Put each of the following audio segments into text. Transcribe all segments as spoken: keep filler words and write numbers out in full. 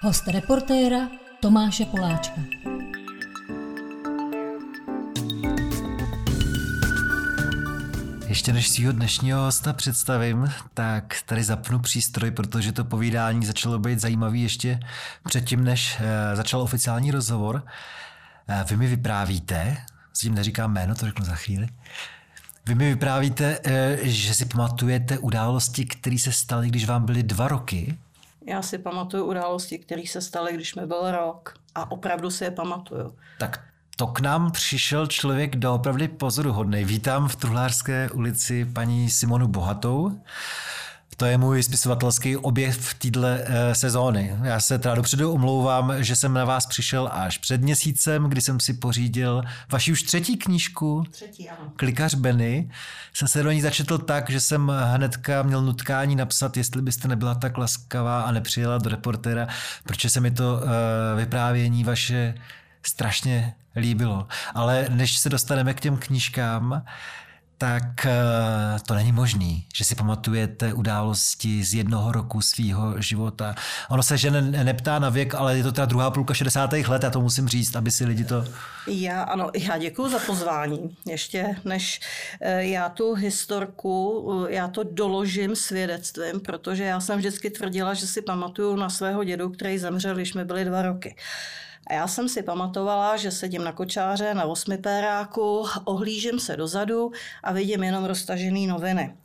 Host reportéra Tomáše Poláčka. Ještě než svýho dnešního hosta představím, tak tady zapnu přístroj, protože to povídání začalo být zajímavý ještě předtím, než začal oficiální rozhovor. Vy mi vyprávíte, s tím neříkám jméno, to řeknu za chvíli, vy mi vyprávíte, že si pamatujete události, které se staly, když vám byly dva roky. Já si pamatuju události, které se staly, když mi byl rok. A opravdu si je pamatuju. Tak to k nám přišel člověk doopravdy pozoruhodnej. Vítám v Truhlářské ulici paní Simonu Bohatou. To je můj spisovatelský objev této e, sezóny. Já se teda dopředu omlouvám, že jsem na vás přišel až před měsícem, kdy jsem si pořídil vaši už třetí knížku. Třetí, ano. Klikař Benny. Jsem se do ní začetl tak, že jsem hnedka měl nutkání napsat, jestli byste nebyla tak laskavá a nepřijela do reportéra, protože se mi to e, vyprávění vaše strašně líbilo. Ale než se dostaneme k těm knížkám, tak to není možný, že si pamatujete události z jednoho roku svýho života. Ono se žen neptá na věk, ale je to teda druhá půlka šedesátých let, já to musím říct, aby si lidi to... Já, ano, já děkuju za pozvání. Ještě než já tu historku, já to doložím svědectvím, protože já jsem vždycky tvrdila, že si pamatuju na svého dědu, který zemřel, když mi byly dva roky. A já jsem si pamatovala, že sedím na kočáře na osmipéráku, ohlížím se dozadu a vidím jenom roztažený noviny.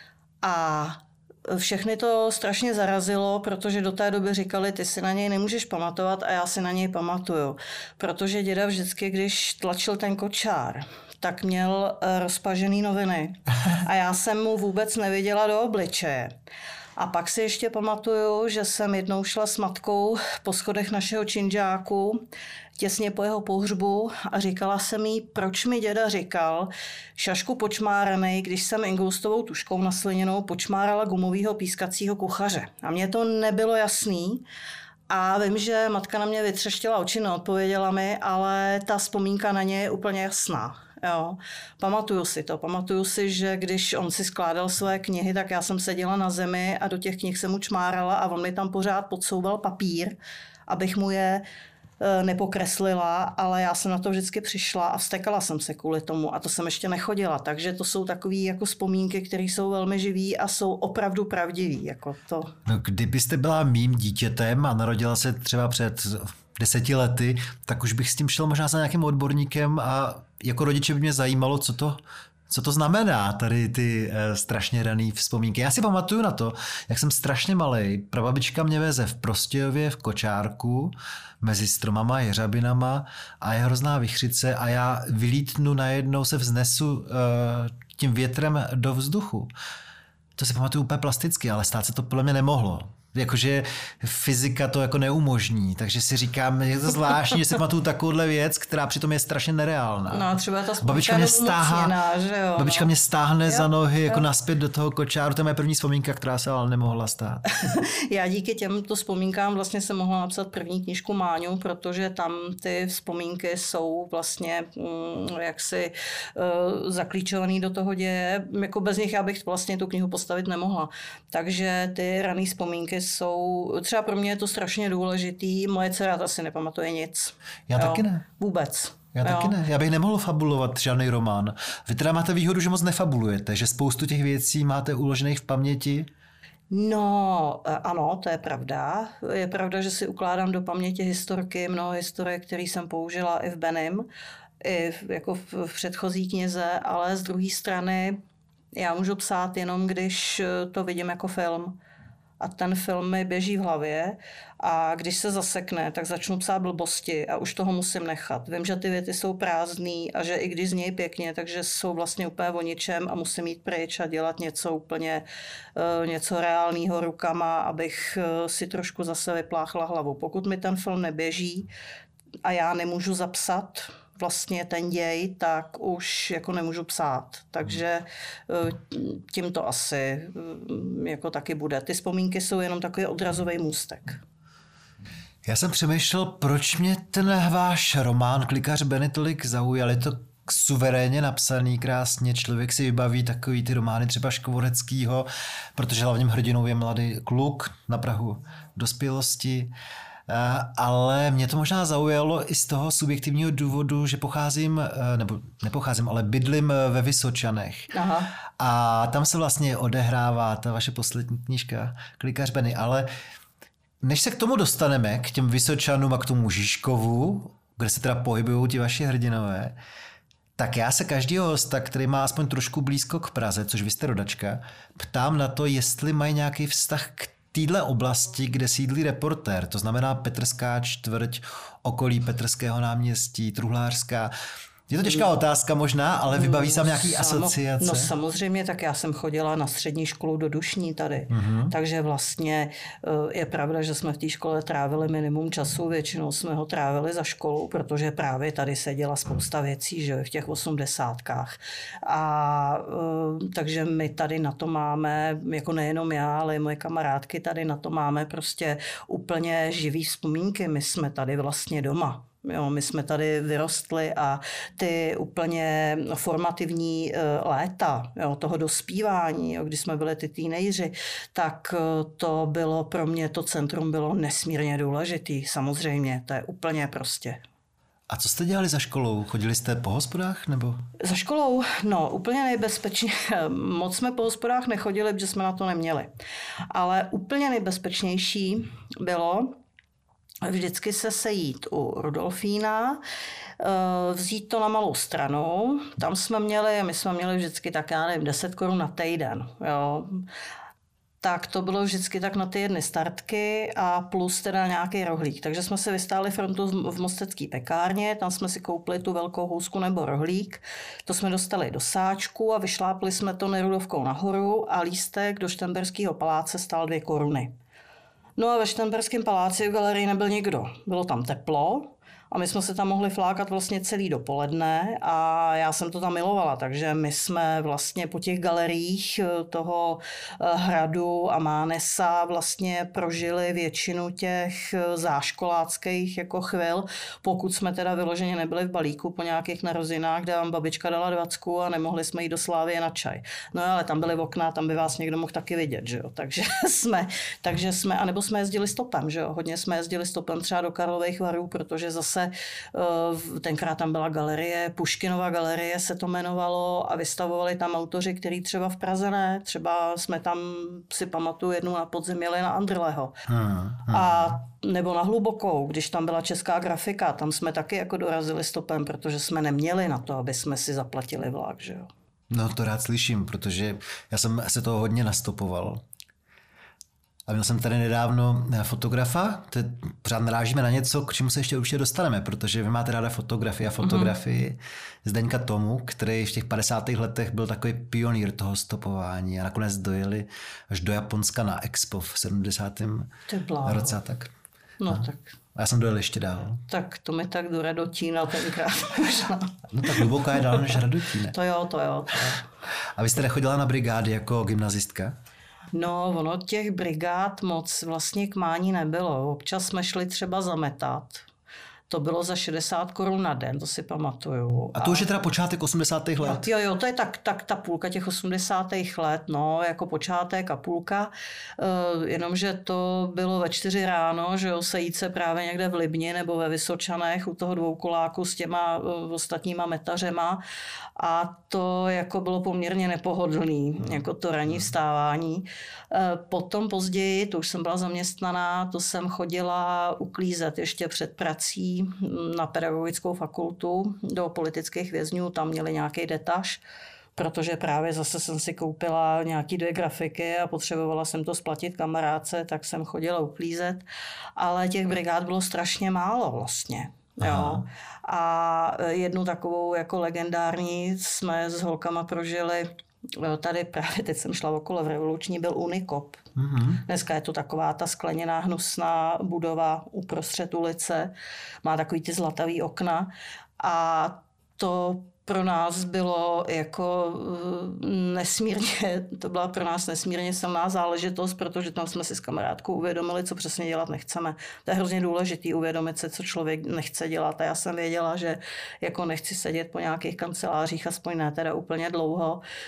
A všechny to strašně zarazilo, protože do té doby říkali, ty si na něj nemůžeš pamatovat a já si na něj pamatuju. Protože děda vždycky, když tlačil ten kočár, tak měl rozpažený noviny. A já jsem mu vůbec neviděla do obličeje. A pak si ještě pamatuju, že jsem jednou šla s matkou po schodech našeho činžáku těsně po jeho pohřbu a říkala jsem jí, proč mi děda říkal, šašku počmáranej, když jsem ingoustovou tuškou nasliněnou počmárala gumovýho pískacího kuchaře. A mně to nebylo jasný. A vím, že matka na mě vytřeštila oči, neodpověděla mi, ale ta vzpomínka na ně je úplně jasná. Jo. Pamatuju si to. Pamatuju si, že když on si skládal své knihy, tak já jsem seděla na zemi a do těch knih jsem mu čmárala a on mi tam pořád podsouval papír, abych mu je nepokreslila, ale já jsem na to vždycky přišla a vztekala jsem se kvůli tomu a to jsem ještě nechodila, takže to jsou takové jako vzpomínky, které jsou velmi živý a jsou opravdu pravdivý. Jako to. No, kdybyste byla mým dítětem a narodila se třeba před deseti lety, tak už bych s tím šel možná za nějakým odborníkem a jako rodiče by mě zajímalo, co to Co to znamená, tady ty e, strašně raný vzpomínky. Já si pamatuju na to, jak jsem strašně malej. Prababička mě veze v Prostějově v kočárku mezi stromama, jeřabinama a je hrozná vichřice a já vylítnu najednou, se vznesu e, tím větrem do vzduchu. To si pamatuju úplně plasticky, ale stát se to podle mě nemohlo. Jakože fyzika to jako neumožní, takže si říkám, je to zvláštní, že si pamatuju takovouhle věc, která přitom je strašně nereálná. No třeba ta babička mě stáhá, že jo, babička no. mě stáhne jo, za nohy jo. jako naspět do toho kočáru, to je moje první vzpomínka, která se ale nemohla stát. Já díky těmto vzpomínkám vlastně jsem mohla napsat první knížku Máňu, protože tam ty vzpomínky jsou vlastně mm, jaksi uh, zaklíčovaný do toho děje, jako bez nich já bych vlastně tu knihu postavit nemohla. Takže ty raný vzpomínky jsou, třeba pro mě je to strašně důležitý, moje dcera asi nepamatuje nic. Já jo, taky ne. Vůbec. Já jo. taky ne. Já bych nemohl fabulovat žádný román. Vy teda máte výhodu, že moc nefabulujete, že spoustu těch věcí máte uložených v paměti. No, ano, to je pravda. Je pravda, že si ukládám do paměti historky, mnoho historiek, které jsem použila i v Bennym, i v, jako v, v předchozí knize, ale z druhé strany já můžu psát jenom, když to vidím jako film. A ten film mi běží v hlavě a když se zasekne, tak začnu psát blbosti a už toho musím nechat. Vím, že ty věty jsou prázdný a že i když znějí pěkně, takže jsou vlastně úplně o ničem a musím jít pryč a dělat něco úplně, uh, něco reálného rukama, abych uh, si trošku zase vypláchla hlavu. Pokud mi ten film neběží a já nemůžu zapsat vlastně ten děj, tak už jako nemůžu psát. Takže tím to asi jako taky bude. Ty vzpomínky jsou jenom takový odrazový můstek. Já jsem přemýšlel, proč mě ten váš román Klikař Benny tolik zaujal. Je to suverénně napsaný, krásně, člověk si vybaví takový ty romány třeba Škvoreckýho, protože hlavním hrdinou je mladý kluk na prahu dospělosti. ale mě to možná zaujalo i z toho subjektivního důvodu, že pocházím, nebo nepocházím, ale bydlím ve Vysočanech. Aha. A tam se vlastně odehrává ta vaše poslední knížka Klikař Benny, ale než se k tomu dostaneme, k těm Vysočanům a k tomu Žižkovu, kde se teda pohybují ti vaši hrdinové, tak já se každýho hosta, který má aspoň trošku blízko k Praze, což vy jste rodačka, ptám na to, jestli mají nějaký vztah k téhle oblasti, kde sídlí Reportér, to znamená Petrská čtvrť, okolí Petrského náměstí, Truhlářská. Je to těžká otázka možná, ale vybaví se nějaký Samo, asociace? No samozřejmě, tak já jsem chodila na střední školu do Dušní tady, mm-hmm. takže vlastně je pravda, že jsme v té škole trávili minimum času, většinou jsme ho trávili za školou, protože právě tady se děla spousta věcí, že v těch osmdesátkách. A takže my tady na to máme, jako nejenom já, ale i moje kamarádky tady na to máme prostě úplně živý vzpomínky. My jsme tady vlastně doma. Jo, my jsme tady vyrostli a ty úplně formativní léta, jo, toho dospívání, jo, kdy jsme byli ty teenageři, tak to bylo pro mě, to centrum bylo nesmírně důležitý, samozřejmě, to je úplně prostě. A co jste dělali za školou? Chodili jste po hospodách, nebo? Za školou? No, úplně nejbezpečně. Moc jsme po hospodách nechodili, protože jsme na to neměli. Ale úplně nejbezpečnější bylo vždycky se sejít u Rudolfína, vzít to na malou stranu. Tam jsme měli, my jsme měli vždycky tak, já nevím, deset korun na týden. Jo. Tak to bylo vždycky tak na ty jedny startky a plus teda nějaký rohlík. Takže jsme si vystáli frontu v mostecké pekárně, tam jsme si koupili tu velkou housku nebo rohlík. To jsme dostali do sáčku a vyšlápli jsme to Nerudovkou nahoru a lístek do Šternberského paláce stál dvě koruny. No a ve Šternberském paláci v galerii nebyl nikdo. Bylo tam teplo a my jsme se tam mohli flákat vlastně celý dopoledne a já jsem to tam milovala, takže my jsme vlastně po těch galeriích toho hradu a Mánesa vlastně prožili většinu těch záškoláckých jako chvil, pokud jsme teda vyloženě nebyli v balíku po nějakých narozinách, kde vám babička dala dvacku a nemohli jsme jít do Slávie na čaj. No ale tam byly okna, tam by vás někdo mohl taky vidět, že jo, takže jsme, takže jsme, anebo jsme jezdili stopem, že jo, hodně jsme jezdili stopem třeba do Karlových Varů, protože zase tenkrát tam byla galerie, Puškinova galerie se to jmenovalo a vystavovali tam autoři, který třeba v Praze ne. Třeba jsme tam, si pamatuju, jednou na podzim jeli na Andrleho. Hmm, hmm. A nebo na Hlubokou, když tam byla česká grafika, tam jsme taky jako dorazili stopem, protože jsme neměli na to, aby jsme si zaplatili vlak, že jo. No to rád slyším, protože já jsem se toho hodně nastopoval. A měl jsem tady nedávno fotografa, teď pořád narážíme na něco, k čemu se ještě určitě dostaneme, protože vy máte ráda fotografii a fotografii mm-hmm. Zdeňka Tomu, který v těch padesátých letech byl takový pionýr toho stopování a nakonec dojeli až do Japonska na Expo v sedmdesátém roce a tak. No a. tak. A já jsem dojel ještě dál. Tak to mi tak do Radotína tenkrát. No tak Hluboká je dál než Radotín. To jo, to jo, to jo. A vy jste nechodila na brigády jako gymnazistka? No, ono těch brigád moc vlastně k mání nebylo. Občas jsme šli třeba zametat. To bylo za šedesát korun na den, to si pamatuju. A to a... už je teda počátek osmdesátých let? Jo, jo, to je tak, tak ta půlka těch osmdesátých let, no, jako počátek a půlka. Uh, jenomže to bylo ve čtyři ráno, že jo, sejít se právě někde v Libni nebo ve Vysočanech u toho dvoukoláku s těma uh, ostatníma metařema a to jako bylo poměrně nepohodlný, hmm. jako to ranní vstávání. Uh, potom později, to už jsem byla zaměstnaná, to jsem chodila uklízet ještě před prací na pedagogickou fakultu do politických vězňů, tam měli nějaký detaš, protože právě zase jsem si koupila nějaký dvě grafiky a potřebovala jsem to splatit kamarádce, tak jsem chodila uklízet, ale těch brigád bylo strašně málo vlastně. Jo. A jednu takovou jako legendární jsme s holkama prožili. Tady právě teď jsem šla okolo v Revoluční, byl Unikop. Mm-hmm. Dneska je to taková ta skleněná hnusná budova uprostřed ulice, má takový ty zlatavý okna a to pro nás bylo jako nesmírně, to byla pro nás nesmírně silná záležitost, protože tam jsme si s kamarádkou uvědomili, co přesně dělat nechceme. To je hrozně důležitý uvědomit se, co člověk nechce dělat. A já jsem věděla, že jako nechci sedět po nějakých kancelářích, aspoň ne teda úplně dlouho,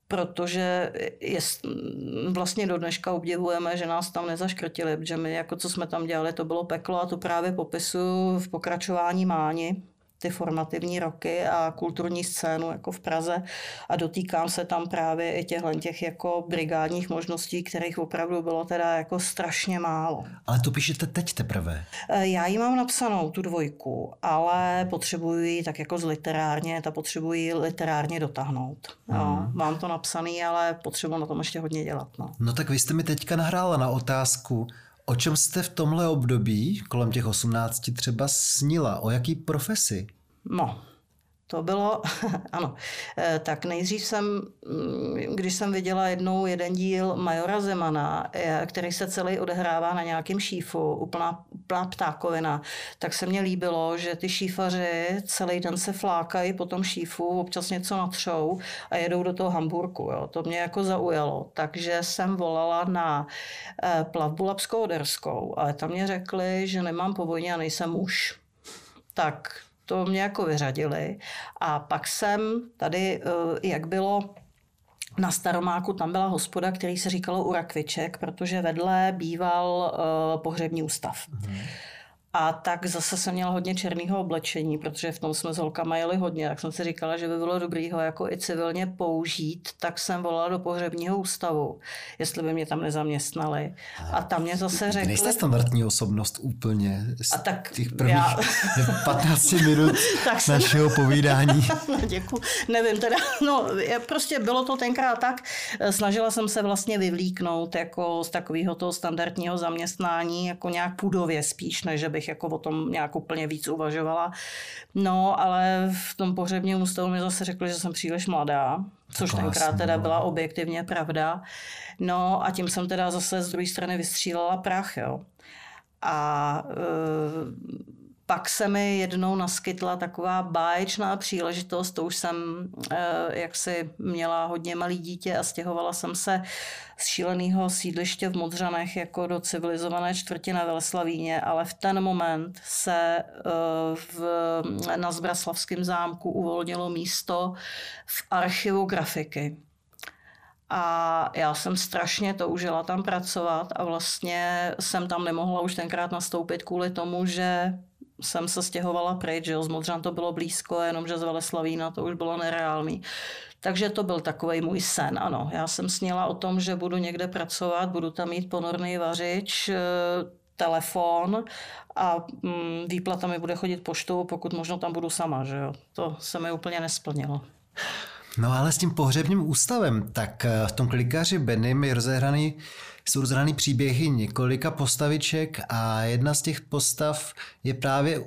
protože je, vlastně do dneška obdivujeme, že nás tam nezaškrtili, protože my, jako co jsme tam dělali, to bylo peklo a to právě popisuju v pokračování Máni, ty formativní roky a kulturní scénu jako v Praze a dotýkám se tam právě i těchto těch jako brigádních možností, kterých opravdu bylo teda jako strašně málo. Ale to píšete teď teprve. Já ji mám napsanou, tu dvojku, ale potřebuji ji tak jako z literárně, ta potřebuji literárně dotáhnout. Hmm. No, mám to napsaný, ale potřebuji na tom ještě hodně dělat. No. no tak vy jste mi teďka nahrála na otázku, o čem jste v tomhle období, kolem těch osmnácti třeba, snila? O jaký profesi? No, to bylo, ano. Tak nejdřív jsem, když jsem viděla jednou jeden díl Majora Zemana, který se celý odehrává na nějakém šífu, úplná, úplná ptákovina, tak se mně líbilo, že ty šífaři celý den se flákají po tom šífu, občas něco natřou a jedou do toho Hamburku. Jo. To mě jako zaujalo. Takže jsem volala na plavbu Labskou-Oderskou, ale tam mě řekli, že nemám po vojně a nejsem muž. Tak to mě jako vyřadili. A pak jsem tady, jak bylo na Staromáku, tam byla hospoda, který se říkalo U Rakviček, protože vedle býval pohřební ústav. Mm. A tak zase jsem měla hodně černého oblečení, protože v tom jsme s holkama jeli hodně, tak jsem si říkala, že by bylo dobrý ho jako i civilně použít, tak jsem volala do pohřebního ústavu, jestli by mě tam nezaměstnali. A tam mě zase řekli... Nejste standardní osobnost úplně z a tak těch prvních já... patnáct minut tak jsem... našeho povídání. Děkuji. Nevím, teda, no, prostě bylo to tenkrát tak, snažila jsem se vlastně vyvlíknout jako z takového toho standardního zaměstnání, jako nějak půdově spíš, než bych jako o tom nějak úplně víc uvažovala. No, ale v tom pohřebním ústavu mi zase řekli, že jsem příliš mladá, což tak tenkrát teda byla objektivně pravda. No a tím jsem teda zase z druhé strany vystřílela prach, jo. A e, pak se mi jednou naskytla taková báječná příležitost, to už jsem e, jaksi měla hodně malý dítě a stěhovala jsem se z šíleného sídliště v Modřanech jako do civilizované čtvrti na Veleslavíně, ale v ten moment se e, v, na Zbraslavském zámku uvolnilo místo v archivu grafiky. A já jsem strašně toužila tam pracovat a vlastně jsem tam nemohla už tenkrát nastoupit kvůli tomu, že jsem se stěhovala pryč, že jo, z Modřan to bylo blízko, jenomže z Veleslavína to už bylo nereálný. Takže to byl takovej můj sen, ano. Já jsem snila o tom, že budu někde pracovat, budu tam mít ponorný vařič, telefon a výplata mi bude chodit poštou, pokud možno tam budu sama, že jo. To se mi úplně nesplnilo. No ale s tím pohřebním ústavem, tak v tom klikaři Benym je rozehraný, jsou rozehraný příběhy několika postaviček a jedna z těch postav je právě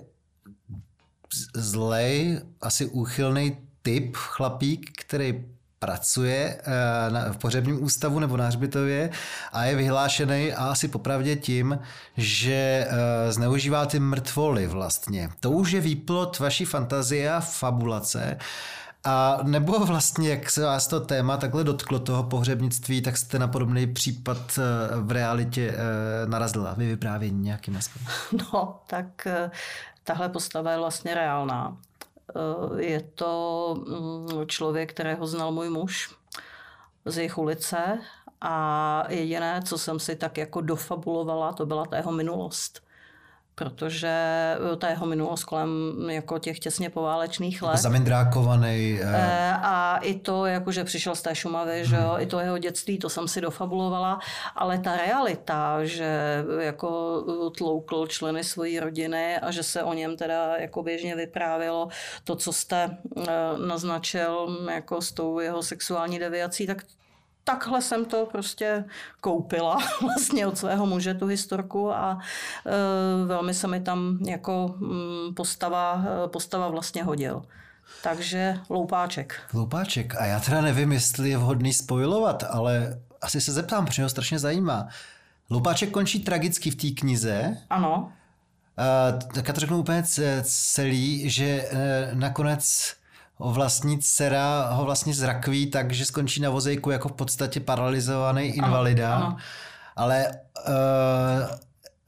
zlej, asi úchylný typ, chlapík, který pracuje v pohřebním ústavu nebo na hřbitově a je vyhlášený a asi popravdě tím, že zneužívá ty mrtvoly vlastně. To už je výplod vaší fantazie a fabulace. A nebo vlastně, jak se vás to téma takhle dotklo toho pohřebnictví, tak jste na podobný případ v realitě narazila? Vy vyprávění nějakým aspoň. No, tak tahle postava je vlastně reálná. Je to člověk, kterého znal můj muž z jejich ulice a jediné, co jsem si tak jako dofabulovala, to byla ta jeho minulost. Protože ta jeho minulost kolem jako těch těsně poválečných let. Zamindrákovaný. Eh... A i to, jako, že přišel z té Šumavy, hmm. že jo, i to jeho dětství, to jsem si dofabulovala, ale ta realita, že jako tloukl členy svojí rodiny a že se o něm teda jako běžně vyprávělo, to, co jste eh, naznačil jako s tou jeho sexuální deviací, tak takhle jsem to prostě koupila vlastně od svého muže, tu historku a e, velmi se mi tam jako m, postava, postava vlastně hodil. Takže loupáček. Loupáček. A já teda nevím, jestli je vhodný spojovat, ale asi se zeptám, protože ho strašně zajímá. Loupáček končí tragicky v té knize. Ano. E, tak já to řeknu úplně celý, že e, nakonec vlastní dcera ho vlastně zrakví, takže skončí na vozejku jako v podstatě paralizovaný invalida. Ano, ano. Ale uh, to,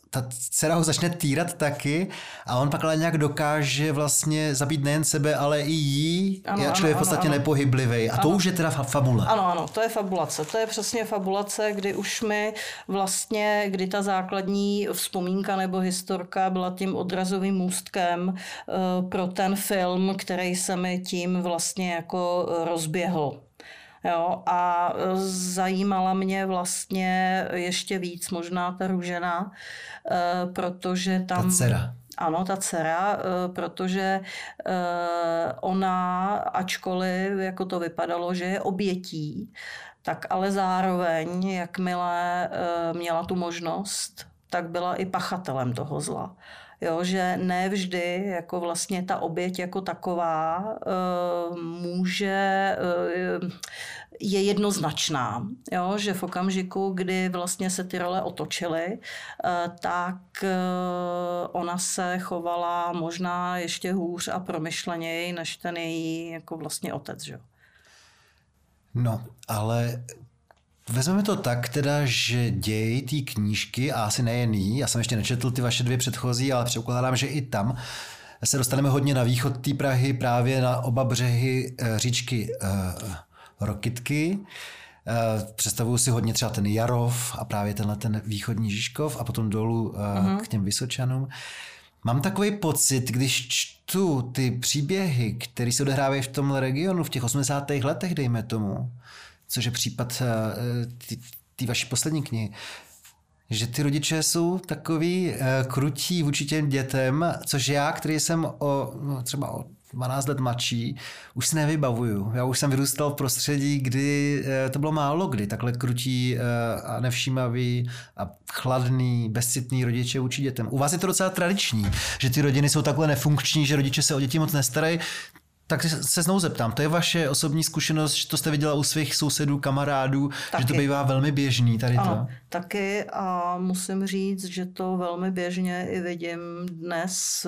ta dcera ho začne týrat taky a on pak ale nějak dokáže vlastně zabít nejen sebe, ale i jí. Ano, je člověk v podstatě nepohyblivý. A to ano. už je teda fabula. Ano, ano, to je fabulace. To je přesně fabulace, kdy už mi vlastně, kdy ta základní vzpomínka nebo historka byla tím odrazovým můstkem uh, pro ten film, který se mi tím vlastně jako rozběhl. Jo, a zajímala mě vlastně ještě víc možná ta Růžena, protože tam... Ta dcera. Ano, ta dcera, protože ona, ačkoliv jako to vypadalo, že je obětí, tak ale zároveň, jakmile měla tu možnost, tak byla i pachatelem toho zla. Jo, že ne vždy jako vlastně ta oběť jako taková uh, může, uh, je jednoznačná. Jo, že v okamžiku, kdy vlastně se ty role otočily, uh, tak uh, ona se chovala možná ještě hůř a promyšleněji než ten její jako vlastně otec. Že? No, ale... Vezmeme to tak teda, že děj té knížky, a asi nejen jí, já jsem ještě nečetl ty vaše dvě předchozí, ale předpokládám, že i tam se dostaneme hodně na východ té Prahy, právě na oba břehy říčky uh, Rokytky. Uh, představuju si hodně třeba ten Jarov a právě tenhle ten východní Žižkov a potom dolů uh, uh-huh. k těm Vysočanům. Mám takový pocit, když čtu ty příběhy, které se odehrávají v tomhle regionu v těch osmdesátých letech, dejme tomu, což je případ té vaší poslední knihy, že ty rodiče jsou takový uh, krutí vůči těm dětem, což já, který jsem o, no, třeba o dvanáct let mladší, už si nevybavuju. Já už jsem vyrůstal v prostředí, kdy uh, to bylo málo kdy, takhle krutí uh, a nevšímavý a chladný, bezcitný rodiče vůči dětem. U vás je to docela tradiční, že ty rodiny jsou takhle nefunkční, že rodiče se o děti moc nestarají. Tak se znovu zeptám, to je vaše osobní zkušenost, že to jste viděla u svých sousedů, kamarádů, taky. Že to bývá velmi běžný tady to? Ano, taky a musím říct, že to velmi běžně i vidím dnes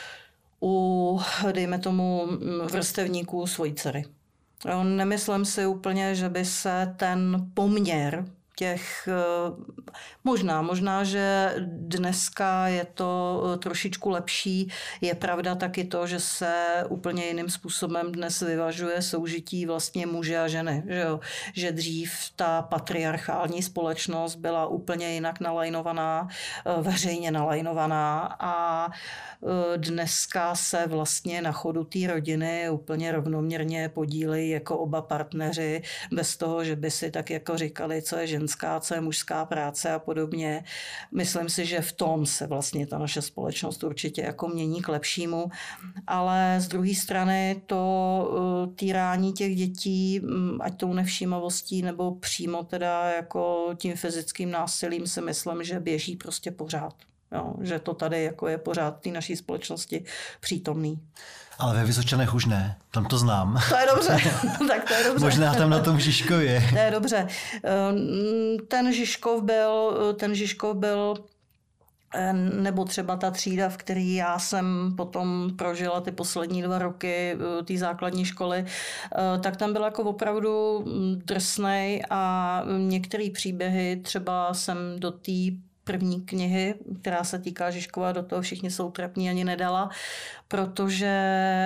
u, dejme tomu, vrstevníků svojí dcery. Nemyslím si úplně, že by se ten poměr těch, možná, možná, že dneska je to trošičku lepší. Je pravda taky to, že se úplně jiným způsobem dnes vyvažuje soužití vlastně muže a ženy. Že, jo? Že dřív ta patriarchální společnost byla úplně jinak nalajnovaná, veřejně nalajnovaná a dneska se vlastně na chodu té rodiny úplně rovnoměrně podílejí jako oba partneři bez toho, že by si tak jako říkali, co je ženská, co je mužská práce a podobně. Myslím si, že v tom se vlastně ta naše společnost určitě jako mění k lepšímu, ale z druhé strany to týrání těch dětí, ať tou nevšímavostí nebo přímo teda jako tím fyzickým násilím si myslím, že běží prostě pořád. Jo, že to tady jako je pořád v té naší společnosti přítomný. Ale ve Vysočanech už ne, tam to znám. To je dobře, tak to je dobře. Možná tam na tom Žižkově. To je dobře. Ten Žižkov byl, ten Žižkov byl nebo třeba ta třída, v který já jsem potom prožila ty poslední dva roky té základní školy, tak tam byl jako opravdu drsnej a některé příběhy třeba jsem do té první knihy, která se týká Žižkova, do toho všichni jsou trapní, ani nedala, protože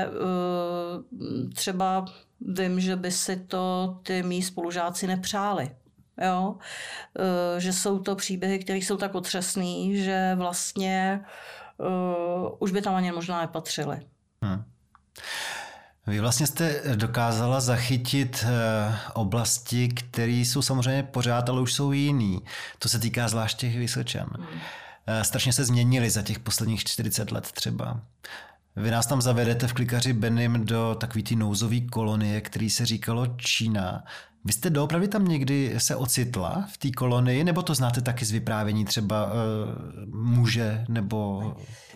třeba vím, že by si to ty mý spolužáci nepřáli. Jo? Že jsou to příběhy, které jsou tak otřesný, že vlastně uh, už by tam ani možná nepatřily. Hmm. Vy vlastně jste dokázala zachytit oblasti, které jsou samozřejmě pořád, ale už jsou jiný. To se týká zvlášť těch Vysočan. Hmm. Strašně se změnily za těch posledních čtyřicet let třeba. Vy nás tam zavedete v klikaři Benim do takový ty nouzový kolonie, který se říkalo Čína. Vy jste doopravdy tam někdy se ocitla v té kolonii, nebo to znáte taky z vyprávění třeba uh, muže nebo...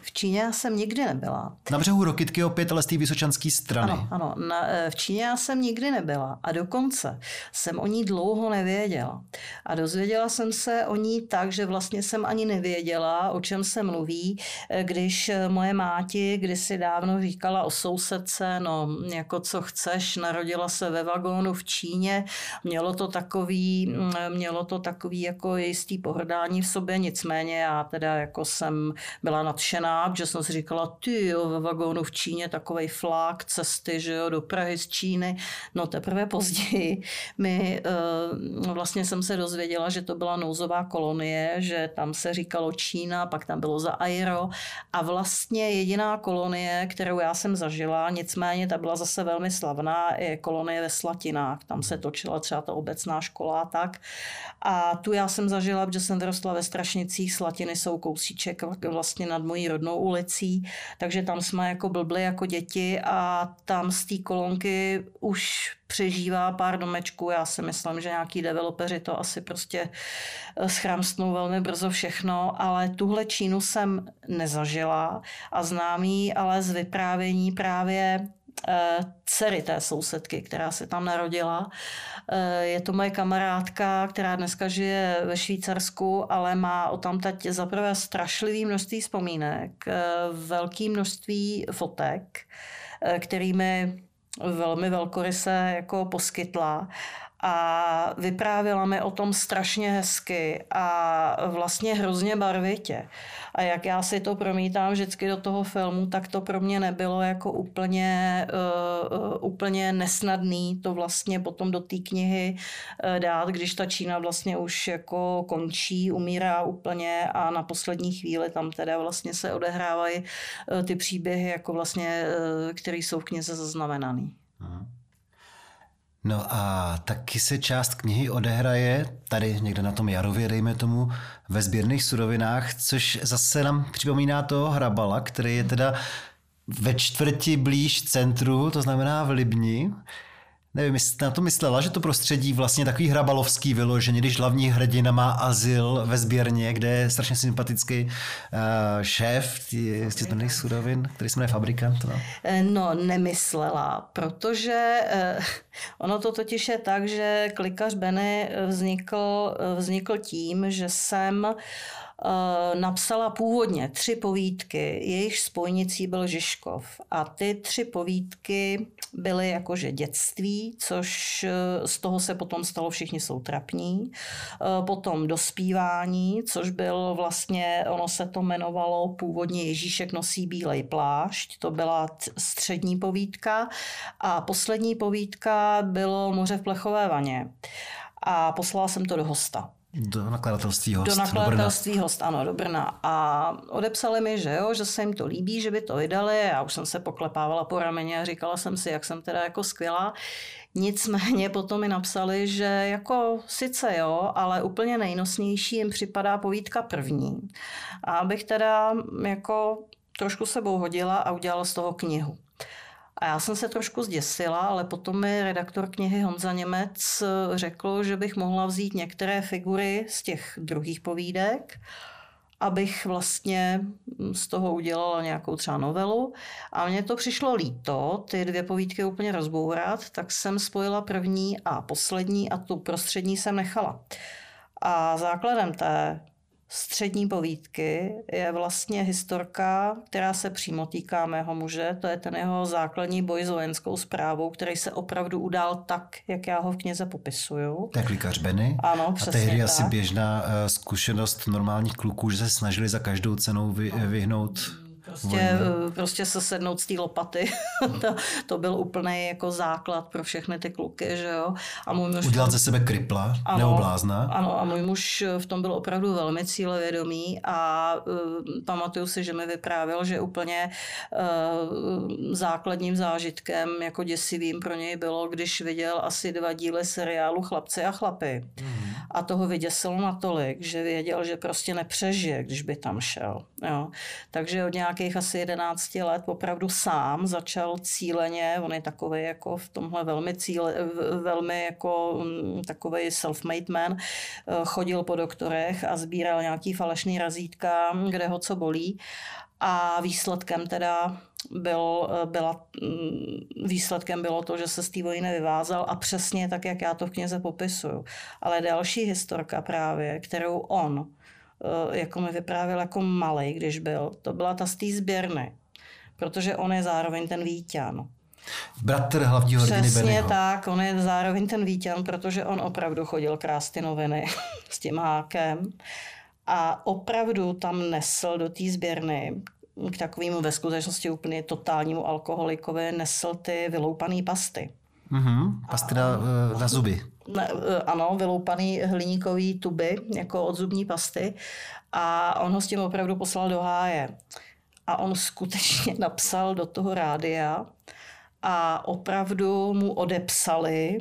V Číně já jsem nikdy nebyla. Na břehu Rokytky opět, ale z té vysočanské strany. Ano, ano. Na, v Číně já jsem nikdy nebyla a dokonce jsem o ní dlouho nevěděla. A dozvěděla jsem se o ní tak, že vlastně jsem ani nevěděla, o čem se mluví, když moje máti kdysi dávno říkala o sousedce, no jako co chceš, narodila se ve vagónu v Číně, mělo to takový, mělo to takový jako jistý pohrdání v sobě, nicméně já teda jako jsem byla nadšená, protože jsem si říkala, ty jo, ve vagónu v Číně takovej flák cesty, že jo, do Prahy z Číny. No teprve později mi vlastně jsem se dozvěděla, že to byla nouzová kolonie, že tam se říkalo Čína, pak tam bylo za Airo a vlastně jediná kolonie, kterou já jsem zažila, nicméně ta byla zase velmi slavná, je kolonie ve Slatinách. Tam se točila třeba ta obecná škola a tak. A tu já jsem zažila, protože jsem vyrostla ve Strašnicích, Slatiny jsou kousíček vlastně nad mojí rodnou ulicí, takže tam jsme jako blbli jako děti a tam z té kolonky už přežívá pár domečků. Já si myslím, že nějaký developeři to asi prostě schramstnou velmi brzo všechno, ale tuhle Čínu jsem nezažila a znám ji ale z vyprávění právě dcery té sousedky, která se tam narodila. Je to moje kamarádka, která dneska žije ve Švýcarsku, ale má o tamtať zaprvé strašlivý množství vzpomínek, velké množství fotek, kterými velmi velkoryse jako poskytla a vyprávěla mi o tom strašně hezky a vlastně hrozně barvitě. A jak já si to promítám vždycky do toho filmu, tak to pro mě nebylo jako úplně, uh, úplně nesnadný to vlastně potom do té knihy uh, dát, když ta Čína vlastně už jako končí, umírá úplně a na poslední chvíli tam teda vlastně se odehrávají uh, ty příběhy, jako vlastně, uh, které jsou v knize zaznamenaný. Aha. No a taky se část knihy odehraje tady někde na tom Jarově, dejme tomu, ve sběrných surovinách, což zase nám připomíná toho Hrabala, který je teda ve čtvrti blíž centru, to znamená v Libni. Nevím, jestli na to myslela, že to prostředí vlastně takový hrabalovský vyloženě, když hlavní hrdina má azyl ve sběrně, kde je strašně sympatický uh, šéf z těch surovin, který se jmenuje Fabrikant. No. no, nemyslela, protože uh, ono to totiž je tak, že Klikař Benny vznikl, vznikl tím, že jsem napsala původně tři povídky, jejich spojnicí byl Žižkov. A ty tři povídky byly jakože dětství, což z toho se potom stalo Všichni jsou trapní. Potom Dospívání, což byl vlastně, ono se to jmenovalo původně Ježíšek nosí bílej plášť, to byla střední povídka. A poslední povídka bylo Moře v plechové vaně. A poslala jsem to do Hosta. Do nakladatelství Host. Do nakladatelství do Host, ano, do Brna. A odepsali mi, že jo, že se jim to líbí, že by to vydali. Já už jsem se poklepávala po rameni a říkala jsem si, jak jsem teda jako skvělá. Nicméně potom mi napsali, že jako sice jo, ale úplně nejnosnější jim připadá povídka první. A abych teda jako trošku sebou hodila a udělala z toho knihu. A já jsem se trošku zděsila, ale potom mi redaktor knihy Honza Němec řekl, že bych mohla vzít některé figury z těch druhých povídek, abych vlastně z toho udělala nějakou třeba novelu. A mně to přišlo líto, ty dvě povídky úplně rozbourat, tak jsem spojila první a poslední a tu prostřední jsem nechala. A základem té střední povídky je vlastně historka, která se přímo týká mého muže. To je ten jeho základní boj s vojenskou správou, který se opravdu udál tak, jak já ho v knize popisuju. To je Klikař Benny. Ano, přesně. A tehdy tak. asi běžná zkušenost normálních kluků, že se snažili za každou cenou vy, vyhnout Prostě, prostě se sednout z té lopaty. to, to byl úplný jako základ pro všechny ty kluky, že jo. A můj muž udělat ze sebe kripla, ano, nebo blázna. Ano, a můj muž v tom byl opravdu velmi cílevědomý a uh, pamatuju si, že mi vyprávěl, že úplně uh, základním zážitkem, jako děsivým pro něj bylo, když viděl asi dva díly seriálu Chlapci a chlapy. Mm. a toho vyděsilo natolik, že věděl, že prostě nepřežije, když by tam šel. Jo. Takže od nějakých asi jedenácti let opravdu sám začal cíleně, on je takový jako v tomhle velmi cíle, velmi jako takový self-made man, chodil po doktorech a sbíral nějaký falešný razítka, kde ho co bolí. A výsledkem teda byl, byla, výsledkem bylo to, že se z té vojny vyvázal a přesně tak, jak já to v knize popisuju. Ale další historka právě, kterou on jako mi vyprávěl jako malej, když byl, to byla ta z té sběrny. Protože on je zároveň ten Víťan. Bratr hlavního hrdiny Přesně Bennyho. tak, on je zároveň ten Víťan, protože on opravdu chodil krást ty noviny s tím hákem. A opravdu tam nesl do té sběrny k takovému ve skutečnosti úplně totálnímu alkoholikovi nesl ty vyloupané pasty. Mm-hmm, pasty na, na zuby. Ne, ano, vyloupaný hliníkový tuby, jako od zubní pasty. A on ho s tím opravdu poslal do háje. A on skutečně napsal do toho rádia a opravdu mu odepsali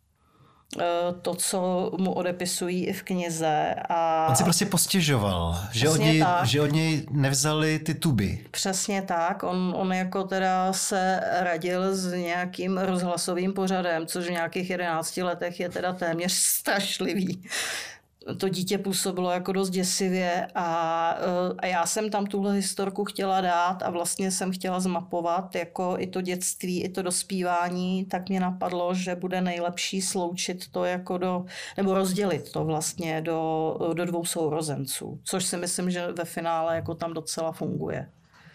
to, co mu odepisují i v knize. A on si prostě postěžoval, že od, něj, že od něj nevzali ty tuby. Přesně tak. On, on jako teda se radil s nějakým rozhlasovým pořadem, což v nějakých jedenácti letech je teda téměř strašlivý. To dítě působilo jako dost děsivě a, a já jsem tam tuhle historku chtěla dát a vlastně jsem chtěla zmapovat jako i to dětství, i to dospívání, tak mě napadlo, že bude nejlepší sloučit to jako do, nebo rozdělit to vlastně do, do dvou sourozenců, což si myslím, že ve finále jako tam docela funguje.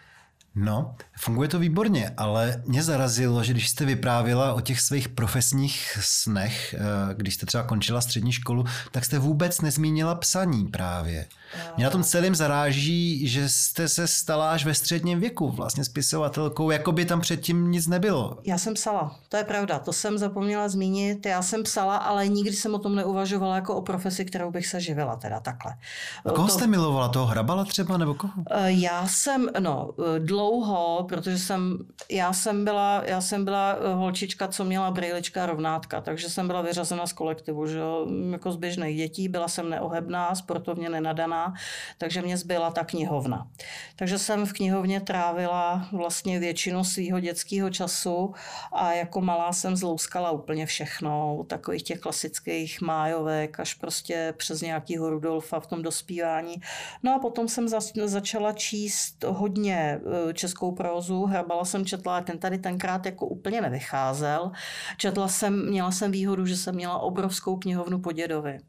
No, funguje to výborně, ale mě zarazilo, že když jste vyprávěla o těch svých profesních snech, když jste třeba končila střední školu, tak jste vůbec nezmínila psaní právě. Mě na tom celém zaráží, že jste se stala až ve středním věku vlastně spisovatelkou, jako by tam předtím nic nebylo. Já jsem psala, to je pravda, to jsem zapomněla zmínit, já jsem psala, ale nikdy jsem o tom neuvažovala jako o profesi, kterou bych se živila, teda takhle. A koho to... jste milovala, toho Hrabala třeba, nebo koho? Já jsem, no, dlouho, protože jsem, já jsem byla, já jsem byla holčička, co měla brejlička a rovnátka, takže jsem byla vyřazena z kolektivu, že jo, jako z běžných dětí, byla jsem neohebná, sportovně nenadaná, takže mě zbyla ta knihovna. Takže jsem v knihovně trávila vlastně většinu svého dětského času a jako malá jsem zlouskala úplně všechno, takových těch klasických májovek až prostě přes nějakýho Rudolfa v tom dospívání. No a potom jsem za, začala číst hodně českou prózu, Hrabala jsem četla, ale ten tady tenkrát jako úplně nevycházel. Četla jsem, měla jsem výhodu, že jsem měla obrovskou knihovnu po dědovi.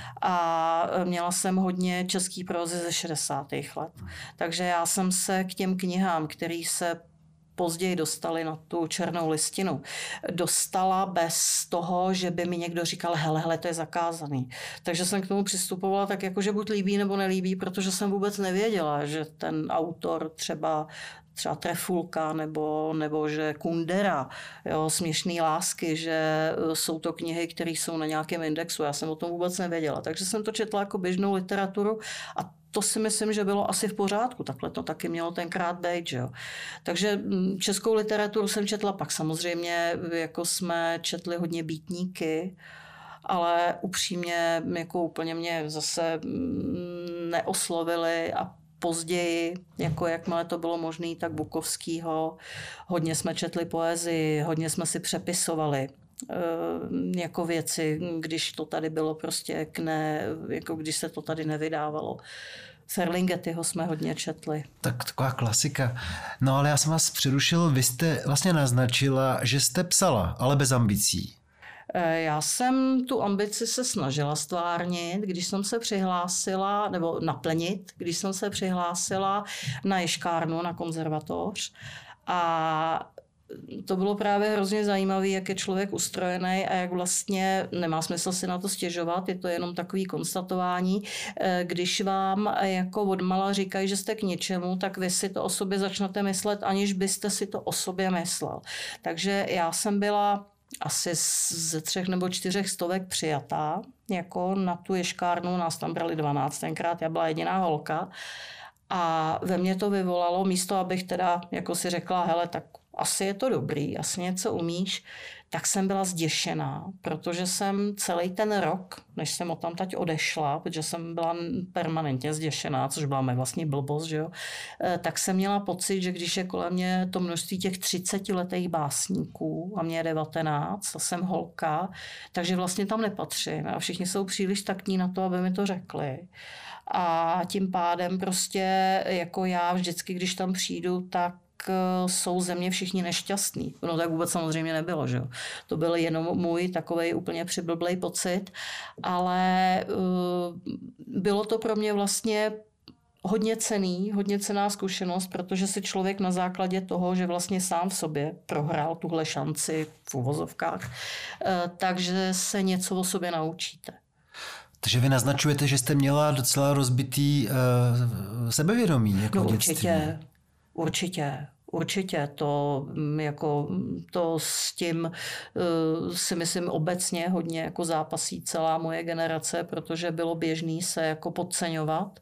A měla jsem hodně český prózy ze šedesátých let. Takže já jsem se k těm knihám, které se později dostali na tu černou listinu, dostala bez toho, že by mi někdo říkal, hele, hele, to je zakázaný. Takže jsem k tomu přistupovala tak jako, že buď líbí nebo nelíbí, protože jsem vůbec nevěděla, že ten autor třeba třeba Trefulka nebo, nebo že Kundera, jo, Směšný lásky, že jsou to knihy, které jsou na nějakém indexu. Já jsem o tom vůbec nevěděla. Takže jsem to četla jako běžnou literaturu a to si myslím, že bylo asi v pořádku. Takhle to taky mělo tenkrát být, že jo. Takže českou literaturu jsem četla, pak samozřejmě jako jsme četli hodně býtníky, ale upřímně jako úplně mě zase neoslovili a později, jako jakmile to bylo možné, tak Bukovskýho. Hodně jsme četli poezii, hodně jsme si přepisovali jako věci, když to tady bylo prostě k ne, jako když se to tady nevydávalo. Ferlinghettiho jsme hodně četli. Tak taková klasika. No ale já jsem vás přerušil, vy jste vlastně naznačila, že jste psala, ale bez ambicí. Já jsem tu ambici se snažila stvárnit, když jsem se přihlásila, nebo naplnit, když jsem se přihlásila na ješkárnu, na konzervatoř. A to bylo právě hrozně zajímavé, jak je člověk ustrojený a jak vlastně nemá smysl si na to stěžovat, je to jenom takový konstatování. Když vám jako odmala říkají, že jste k ničemu, tak vy si to o sobě začnete myslet, aniž byste si to o sobě myslel. Takže já jsem byla asi ze třech nebo čtyřech stovek přijatá, jako na tu ješkárnu, nás tam brali dvanáct tenkrát, já byla jediná holka a ve mně to vyvolalo, místo abych teda jako si řekla, hele, tak asi je to dobrý, asi něco umíš, tak jsem byla zděšená, protože jsem celý ten rok, než jsem odtamtať odešla, protože jsem byla permanentně zděšená, což byla mé vlastně blbost, že jo, tak jsem měla pocit, že když je kolem mě to množství těch třicetiletých básníků a mě je devatenáct a jsem holka, takže vlastně tam nepatřím a všichni jsou příliš taktní na to, aby mi to řekli. A tím pádem prostě jako já vždycky, když tam přijdu, tak jsou ze mě všichni nešťastní. No tak vůbec samozřejmě nebylo, že jo. To byl jenom můj takovej úplně přiblblej pocit, ale uh, bylo to pro mě vlastně hodně cenný, hodně cenná zkušenost, protože si člověk na základě toho, že vlastně sám v sobě prohrál tuhle šanci v uvozovkách, uh, takže se něco o sobě naučíte. Takže vy naznačujete, že jste měla docela rozbitý uh, sebevědomí jako no, dětství. Určitě, určitě. Určitě to, jako, to s tím uh, si myslím obecně hodně jako zápasí celá moje generace, protože bylo běžný se jako podceňovat.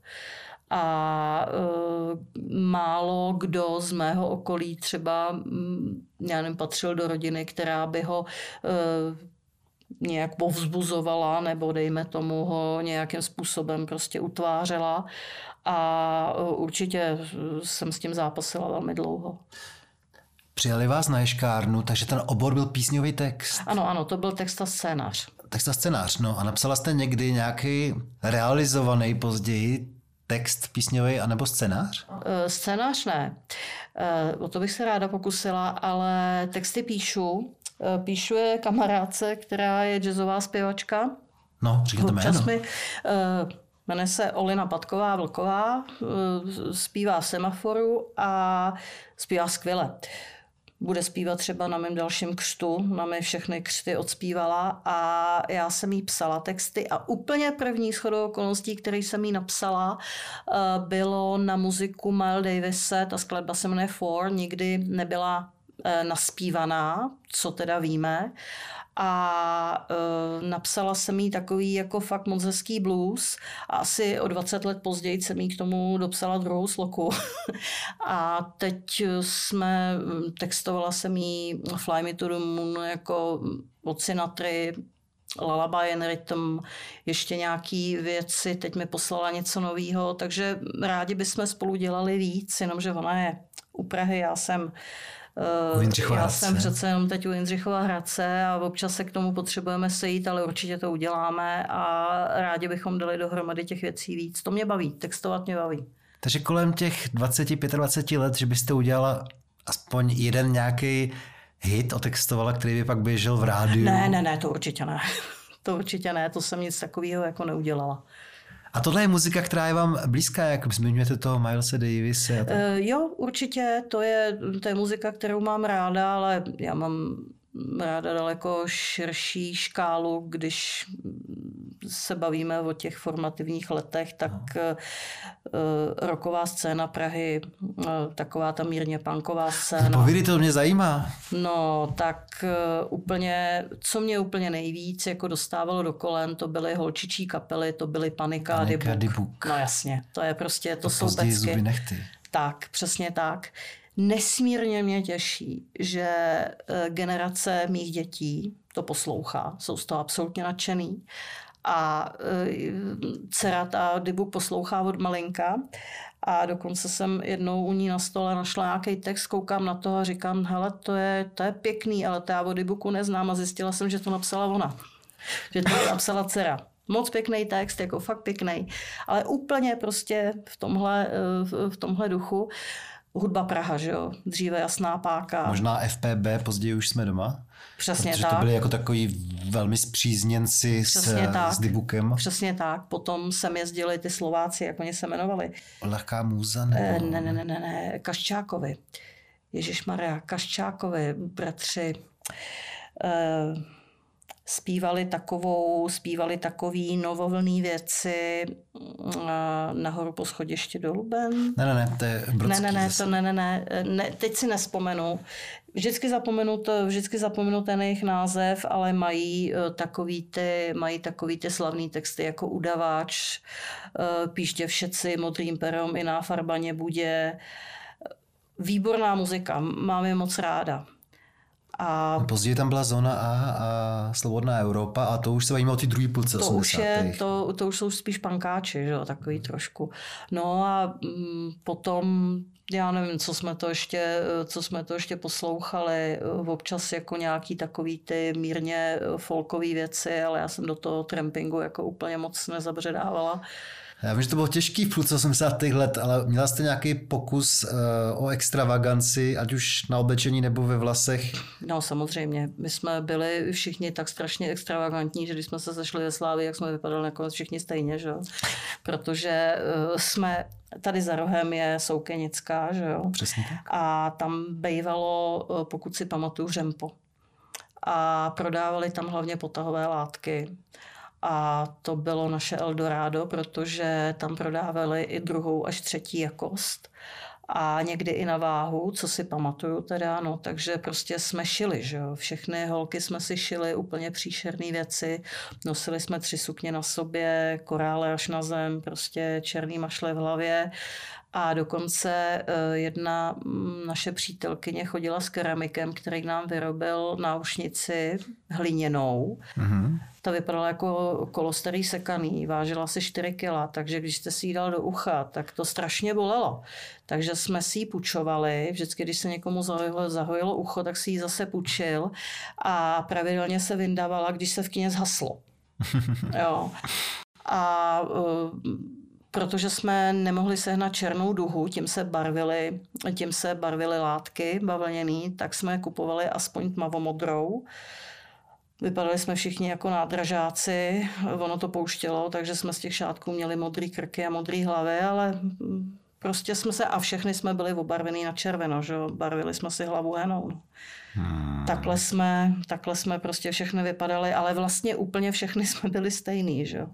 A uh, málo kdo z mého okolí třeba, já nevím, patřil do rodiny, která by ho uh, nějak povzbuzovala nebo dejme tomu ho nějakým způsobem prostě utvářela. A určitě jsem s tím zápasila velmi dlouho. Přijali vás na ješkárnu, takže ten obor byl písňový text. Ano, ano, to byl text a scénář. Text a scénář, no. A napsala jste někdy nějaký realizovaný později text písňový anebo scénář? E, scénář ne. E, o to bych se ráda pokusila, ale texty píšu. E, píšu je kamarádce, která je jazzová zpěvačka. No, říkáte jméno. Mi, e, Jmenuje se Olina Patková Vlková, zpívá v Semaforu a zpívá skvěle. Bude zpívat třeba na mém dalším křtu, na mé všechny křty odspívala a já jsem jí psala texty a úplně první shodou okolností, který jsem jí napsala, bylo na muziku Miles Davise, ta skladba se jmenuje Four, nikdy nebyla naspívaná, co teda víme. A e, napsala jsem jí takový jako fakt moc hezký blues a asi o dvacet let později jsem jí k tomu dopsala druhou sloku. A teď jsme, textovala jsem jí Fly Me to the Moon jako od Sinatry, Lullaby and Rhythm, ještě nějaký věci, teď mi poslala něco novýho, takže rádi bychom spolu dělali víc, jenomže ona je u Prahy, já jsem U Já jsem přece jenom teď u Jindřichova Hradce a občas se k tomu potřebujeme sejít, ale určitě to uděláme a rádi bychom dali dohromady těch věcí víc. To mě baví, textovat mě baví. Takže kolem těch dvacet, dvacet pět let, že byste udělala aspoň jeden nějaký hit, otextovala, který by pak běžel v rádiu? Ne, ne, ne, to určitě ne. To určitě ne, to jsem nic takového jako neudělala. A tohle je muzika, která je vám blízká, jak zmiňujete toho Milese Davise? A to... Uh, jo, určitě, to je, to je muzika, kterou mám ráda, ale já mám ráda daleko širší škálu, když se bavíme o těch formativních letech, tak no. uh, rocková scéna Prahy, uh, taková ta mírně punková scéna. Povídej, to mě zajímá. No, tak uh, úplně, co mě úplně nejvíc jako dostávalo do kolen, to byly holčičí kapely, to byly Panika a Dybuk. No jasně, to je prostě, to, to jsou pecky. Zuby nechty. Tak, přesně tak. Nesmírně mě těší, že generace mých dětí to poslouchá, jsou z toho absolutně nadšený. A dcera ta Dybuk poslouchá od malinka a dokonce jsem jednou u ní na stole našla nějaký text, koukám na to a říkám, hele, to je, to je pěkný, ale to já od Dybuku neznám a zjistila jsem, že to napsala ona. Že to napsala dcera. Moc pěkný text, jako fakt pěkný, ale úplně prostě v tomhle, v tomhle duchu. Hudba Praha, že jo? Dříve Jasná páka. Možná F P B, později už jsme doma. Přesně protože tak. to byli jako takový velmi spřízněnci s, s Dybukem. Přesně tak. Potom sem jezdili ty Slováci, jak oni se jmenovali. Lehká můza? Nebo... Ne, ne, ne, ne, ne. Kaščákovi. Ježišmarja, Kaščákovi, bratři. Uh, Zpívali takovou, zpívali takový novovlný věci nahoru po schodišti do Luben. Ne, ne, ne, to je Brodský. Ne, ne, ne, to ne, ne, ne, ne, teď si nespomenu. Vždycky zapomenu, to, vždycky zapomenu ten jejich název, ale mají takový ty, mají takový ty slavný texty jako Udavač, Píště všetci, Modrým perom i na farbaně budě. Výborná muzika, mám je moc ráda. A později tam byla zóna A a Svobodná Evropa a to už se bavíme o ty druhý půlce to už, je, osmdesátých to, to už jsou spíš pankáči, že jo, takový trošku. No a mm, potom, já nevím, co jsme to ještě, co jsme to ještě poslouchali, občas jako nějaký takový ty mírně folkový věci, ale já jsem do toho trampingu jako úplně moc nezabředávala. Já vím, že to bylo těžký v půlce osmdesátých let, ale měla jste nějaký pokus uh, o extravaganci, ať už na oblečení nebo ve vlasech? No samozřejmě. My jsme byli všichni tak strašně extravagantní, že když jsme se sešli ve Slávii, jak jsme vypadali nakonec všichni stejně, že jo? Protože uh, jsme, tady za rohem je Soukenická, že jo? Přesně tak. A tam bejvalo, uh, pokud si pamatuju, Řempo. A prodávali tam hlavně potahové látky. A to bylo naše Eldorado, protože tam prodávali i druhou až třetí jakost. A někdy i na váhu, co si pamatuju teda, no, takže prostě jsme šili, že jo. Všechny holky jsme si šili úplně příšerné věci. Nosili jsme tři sukně na sobě, korále až na zem, prostě černý mašle v hlavě. A dokonce jedna naše přítelkyně chodila s keramikem, který nám vyrobil náušnici hliněnou. Mm-hmm. Ta vypadala jako kolo starý sekaný, vážila asi čtyři kila, takže když jste si ji dal do ucha, tak to strašně bolelo. Takže jsme si ji půjčovali, vždycky, když se někomu zahojilo, zahojilo ucho, tak si ji zase půjčil a pravidelně se vyndávala, když se v kině zhaslo. Jo. A protože jsme nemohli sehnat černou duhu, tím se barvily, tím se barvily látky bavlněný, tak jsme kupovali aspoň tmavomodrou. Vypadali jsme všichni jako nádražáci, ono to pouštělo, takže jsme z těch šátků měli modrý krky a modrý hlavy, ale prostě jsme se, a všechny jsme byli obarvený na červeno, že jo, barvili jsme si hlavu henou. Hmm. Takhle jsme, takhle jsme prostě všechny vypadali, ale vlastně úplně všechny jsme byli stejný, že jo.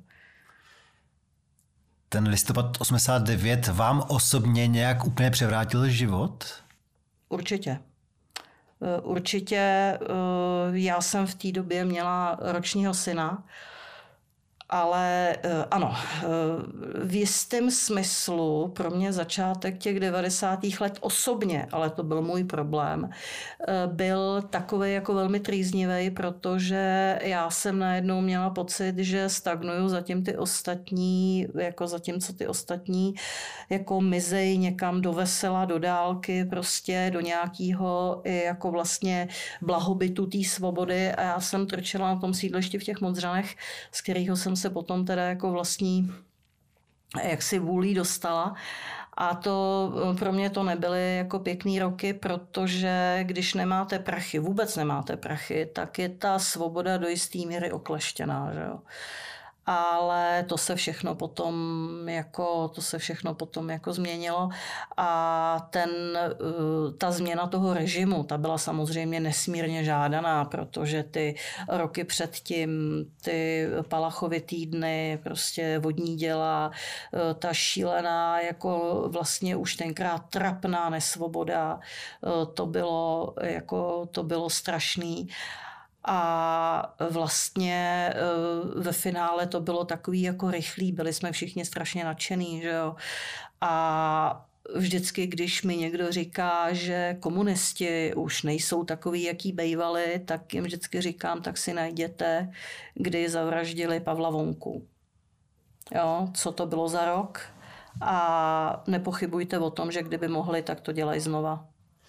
Ten listopad osmdesát devět vám osobně nějak úplně převrátil život? Určitě. Určitě já jsem v té době měla ročního syna, ale ano, v jistém smyslu pro mě začátek těch devadesátých let osobně, ale to byl můj problém, byl takový jako velmi trýznivý, protože já jsem najednou měla pocit, že stagnuju, zatím ty ostatní, jako zatímco ty ostatní jako mizej někam do vesela, do dálky, prostě do nějakého jako vlastně blahobytu té svobody a já jsem trčela na tom sídlišti v těch Modřanech, z kterého jsem se potom teda jako vlastní jaksi vůlí dostala. A to pro mě to nebyly jako pěkný roky, protože když nemáte prachy, vůbec nemáte prachy, tak je ta svoboda do jistý míry okleštěná, že jo. Ale to se všechno potom jako, to se všechno potom jako změnilo a ten, ta změna toho režimu, ta byla samozřejmě nesmírně žádaná, protože ty roky předtím, ty Palachovy týdny, prostě vodní děla, ta šílená jako vlastně už tenkrát trapná nesvoboda, to bylo jako, to bylo strašný. A vlastně ve finále to bylo takový jako rychlý, byli jsme všichni strašně nadšený, že jo. A vždycky, když mi někdo říká, že komunisti už nejsou takový, jaký bejvali, tak jim vždycky říkám, tak si najděte, kdy zavraždili Pavla Vonku. Jo, co to bylo za rok? A nepochybujte o tom, že kdyby mohli, tak to dělají znova.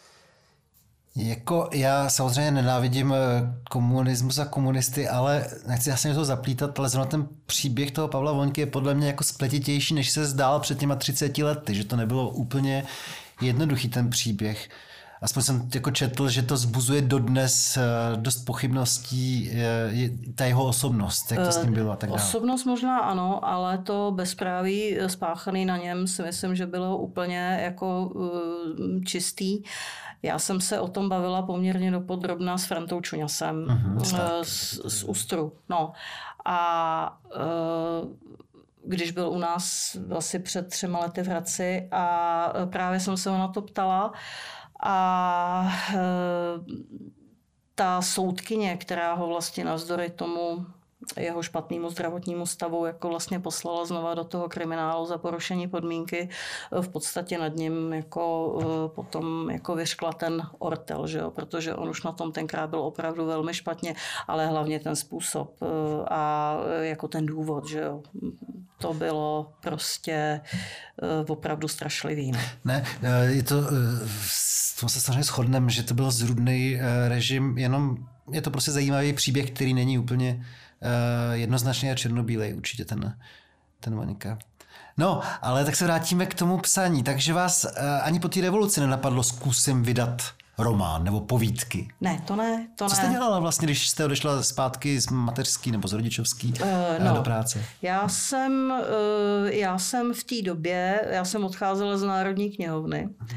Jako já samozřejmě nenávidím komunismus a komunisty, ale nechci jasně to zaplítat, ale zrovna ten příběh toho Pavla Voňky je podle mě jako spletitější, než se zdál před těma třiceti lety, že to nebylo úplně jednoduchý ten příběh. Aspoň jsem jako četl, že to vzbuzuje dodnes dost pochybností, ta jeho osobnost, jak to s ním bylo a tak dále. Osobnost možná ano, ale to bezpráví spáchaný na něm si myslím, že bylo úplně jako čistý. Já jsem se o tom bavila poměrně dopodrobna s Frantou Čuňasem uh-huh, z, z Ustru. No. A uh, když byl u nás asi před třema lety v Hradci a právě jsem se ho na to ptala a uh, ta soudkyně, která ho vlastně navzdory tomu jeho špatnému zdravotnímu stavu jako vlastně poslala znova do toho kriminálu za porušení podmínky. V podstatě nad ním jako potom jako vyřkla ten ortel, že jo? Protože on už na tom tenkrát byl opravdu velmi špatně, ale hlavně ten způsob a jako ten důvod, že jo? To bylo prostě opravdu strašlivý. Ne, ne je to, v tom se samozřejmě shodneme, že to byl zrůdný režim, jenom je to prostě zajímavý příběh, který není úplně jednoznačně a černobílej, určitě ten, ten Monika. No, ale tak se vrátíme k tomu psaní. Takže vás ani po té revoluci nenapadlo zkusím vydat román nebo povídky? Ne, to ne, to Co ne. jste dělala vlastně, když jste odešla zpátky z mateřský nebo z rodičovský uh, no, do práce? Já jsem, uh, já jsem v té době, já jsem odcházela z Národní knihovny. Uh-huh.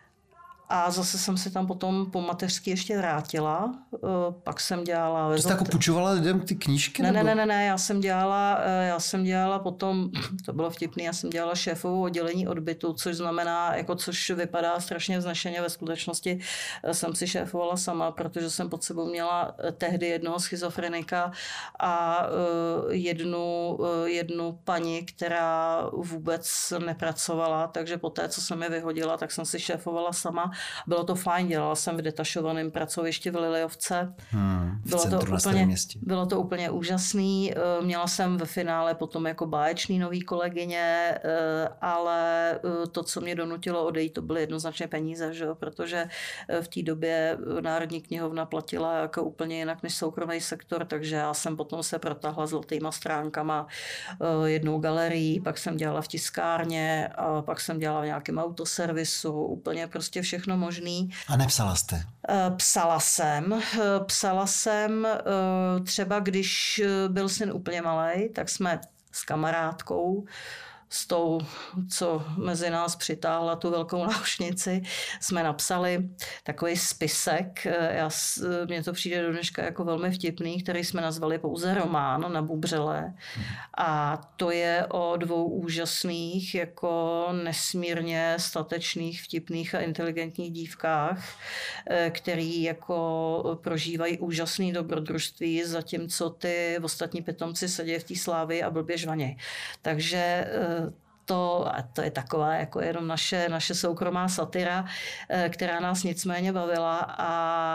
A zase jsem se tam potom po mateřský ještě vrátila. Pak jsem dělala... To jste jako půjčovala lidem ty knížky? Ne, nebo? ne, ne, ne, já jsem dělala, já jsem dělala potom, to bylo vtipný, já jsem dělala šéfovou oddělení odbytu, což znamená, jako což vypadá strašně vznešeně, ve skutečnosti jsem si šéfovala sama, protože jsem pod sebou měla tehdy jednoho schizofrenika a jednu, jednu paní, která vůbec nepracovala, takže poté, co jsem je vyhodila, tak jsem si šéfovala sama. Bylo to fajn, dělala jsem v detašovaném pracovišti v Liliovce. Hmm, v bylo, to úplně, městě. bylo to úplně úžasný. Měla jsem ve finále potom jako báječný nový kolegyně, ale to, co mě donutilo odejít, to byly jednoznačně peníze, že jo? Protože v té době Národní knihovna platila jako úplně jinak než soukromý sektor, takže já jsem potom se protáhla zlatýma stránkama jednou galerii, pak jsem dělala v tiskárně, a pak jsem dělala v nějakém autoservisu, úplně prostě všechno možný. A nepsala jste? Psala jsem. Psala jsem třeba, když byl syn úplně malej, tak jsme s kamarádkou, s tou, co mezi nás přitáhla tu velkou náušnici, jsme napsali takový spisek. Já, mně to přijde do dneška jako velmi vtipný, který jsme nazvali pouze román na bubřele. A to je o dvou úžasných, jako nesmírně statečných, vtipných a inteligentních dívkách, který jako prožívají úžasný dobrodružství, zatímco ty ostatní pitomci sedí v té slávy a blbě žvaněj. Takže To, a to je taková jako jenom naše, naše soukromá satira, která nás nicméně bavila a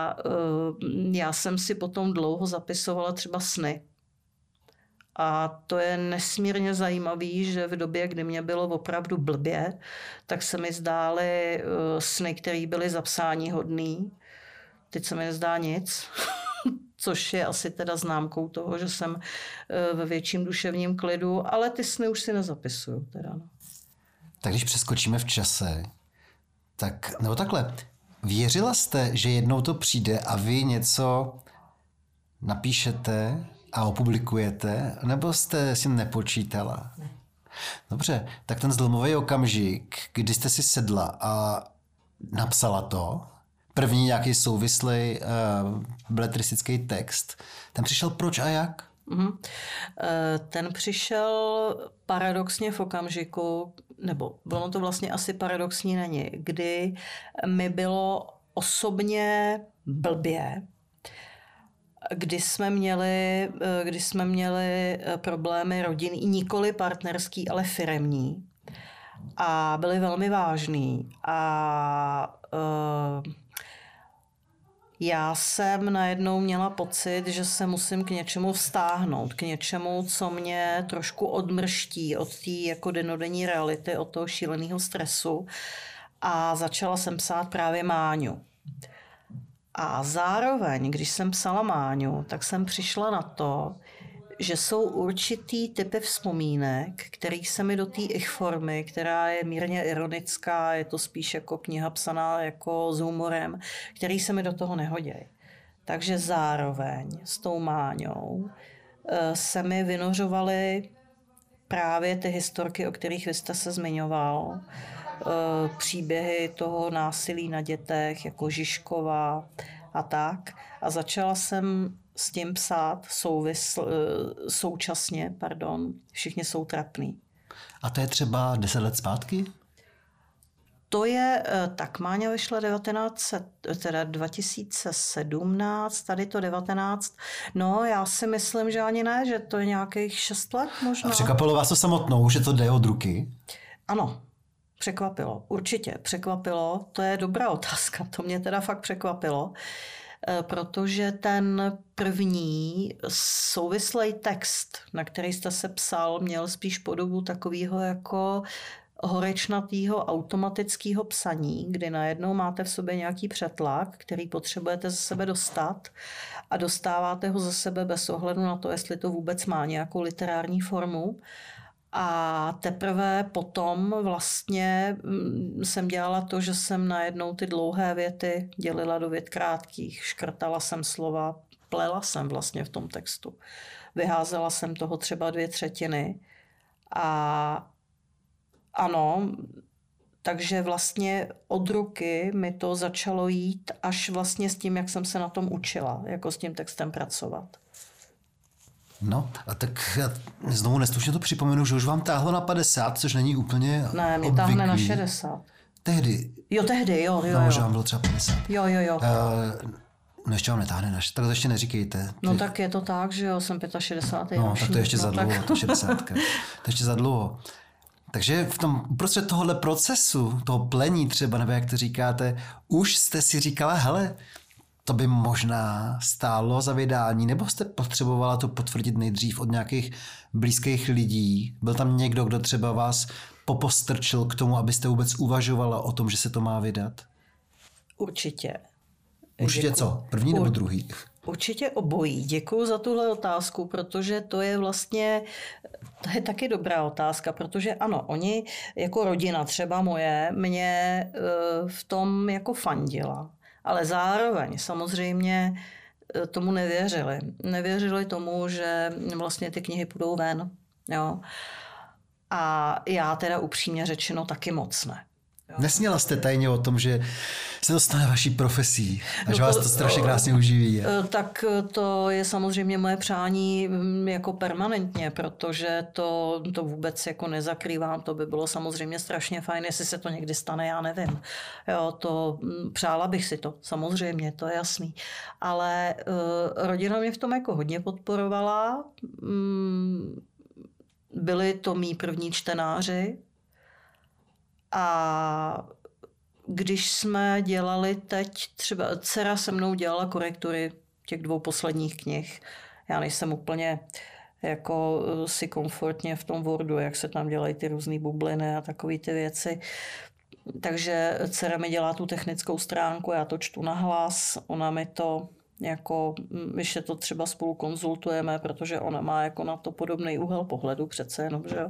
já jsem si potom dlouho zapisovala třeba sny. A to je nesmírně zajímavý, že v době, kdy mě bylo opravdu blbě, tak se mi zdály sny, které byly zapsáníhodný. Teď se mi nezdá nic. Což je asi teda známkou toho, že jsem ve větším duševním klidu, ale ty sny už si nezapisuju. Teda, no. Tak když přeskočíme v čase, tak, nebo takhle, věřila jste, že jednou to přijde a vy něco napíšete a opublikujete, nebo jste si nepočítala? Ne. Dobře, tak ten zlomový okamžik, kdy jste si sedla a napsala to, první nějaký souvislý uh, beletristický text. Ten přišel proč a jak? Mm-hmm. Ten přišel paradoxně v okamžiku, nebo bylo to vlastně asi paradoxní není, kdy mi bylo osobně blbě, kdy jsme měli, kdy jsme měli problémy rodinný, nikoli partnerský, ale firemní. A byly velmi vážný. A uh, já jsem najednou měla pocit, že se musím k něčemu vztáhnout, k něčemu, co mě trošku odmrští od té jako dennodenní reality, od toho šíleného stresu. A začala jsem psát právě Máňu. A zároveň, když jsem psala Máňu, tak jsem přišla na to, že jsou určitý typy vzpomínek, který se mi do té ich formy, která je mírně ironická, je to spíš jako kniha psaná jako s humorem, který se mi do toho nehodí. Takže zároveň s tou Máňou se mi vynořovaly právě ty historky, o kterých vy jste se zmiňoval, příběhy toho násilí na dětech, jako Žižkova a tak. A začala jsem s tím psát souvisl, současně, pardon, všichni jsou trapný. A to je třeba deset let zpátky? to je, tak Máňa vyšla devatenáct set, teda dva tisíce sedmnáct, tady to devatenáct, no já si myslím, že ani ne, že to je nějakých šest let možná. A překvapilo vás to samotnou, že to jde od ruky? Ano, překvapilo, určitě překvapilo, to je dobrá otázka, to mě teda fakt překvapilo, protože ten první souvislý text, na který jste se psal, měl spíš podobu takového jako horečnatého automatického psaní, kdy najednou máte v sobě nějaký přetlak, který potřebujete ze sebe dostat a dostáváte ho ze sebe bez ohledu na to, jestli to vůbec má nějakou literární formu. A teprve potom vlastně jsem dělala to, že jsem najednou ty dlouhé věty dělila do vět krátkých, škrtala jsem slova, plela jsem vlastně v tom textu. Vyházela jsem toho třeba dvě třetiny a ano, takže vlastně od ruky mi to začalo jít až vlastně s tím, jak jsem se na tom učila, jako s tím textem pracovat. No, a tak já znovu nestručně to připomenu, že už vám táhlo na padesát, což není úplně Ne, mě obvyklý. táhne na šedesát. Tehdy. Jo, tehdy, jo, jo, No, jo. že vám bylo třeba padesát. Jo, jo, jo. Uh, no ještě vám netáhne na tak to ještě neříkejte. No Ty- tak je to tak, že jo, jsem šedesátý No, ročník, tak to je ještě no, za dlouho, tak- to šedesátka. To je ještě za dlouho. Takže v tom uprostřed tohohle procesu, toho plení třeba, nebo jak to říkáte, už jste si říkala, hele, to by možná stálo za vydání, nebo jste potřebovala to potvrdit nejdřív od nějakých blízkých lidí? Byl tam někdo, kdo třeba vás popostrčil k tomu, abyste vůbec uvažovala o tom, že se to má vydat? Určitě. Určitě Děkuju. co? První nebo Ur- druhý? Určitě obojí. Děkuji za tuhle otázku, protože to je vlastně, to je taky dobrá otázka, protože ano, oni jako rodina třeba moje mě eh, v tom jako fandila, ale zároveň samozřejmě eh, tomu nevěřili. Nevěřili tomu, že vlastně ty knihy půjdou ven. Jo? A já teda upřímně řečeno taky moc ne. Nesněla jste tajně o tom, že se to stane vaší profesí a No že vás to- to strašně krásně uživí. Eh, Tak to je samozřejmě moje přání mm, jako permanentně, protože to, to vůbec jako nezakrývám, to by bylo samozřejmě strašně fajn, jestli se to někdy stane, já nevím. Jo, to mm, přála bych si to, samozřejmě, to je jasný. Ale uh, rodina mě v tom jako hodně podporovala, mm, byli to mý první čtenáři a když jsme dělali teď, třeba dcera se mnou dělala korektury těch dvou posledních knih. Já nejsem úplně jako si komfortně v tom Wordu, jak se tam dělají ty různý bubliny a takové ty věci. Takže dcera mi dělá tu technickou stránku, já to čtu nahlas, ona mi to jako, ještě to třeba spolu konzultujeme, protože ona má jako na to podobný úhel pohledu přece jenom, že jo.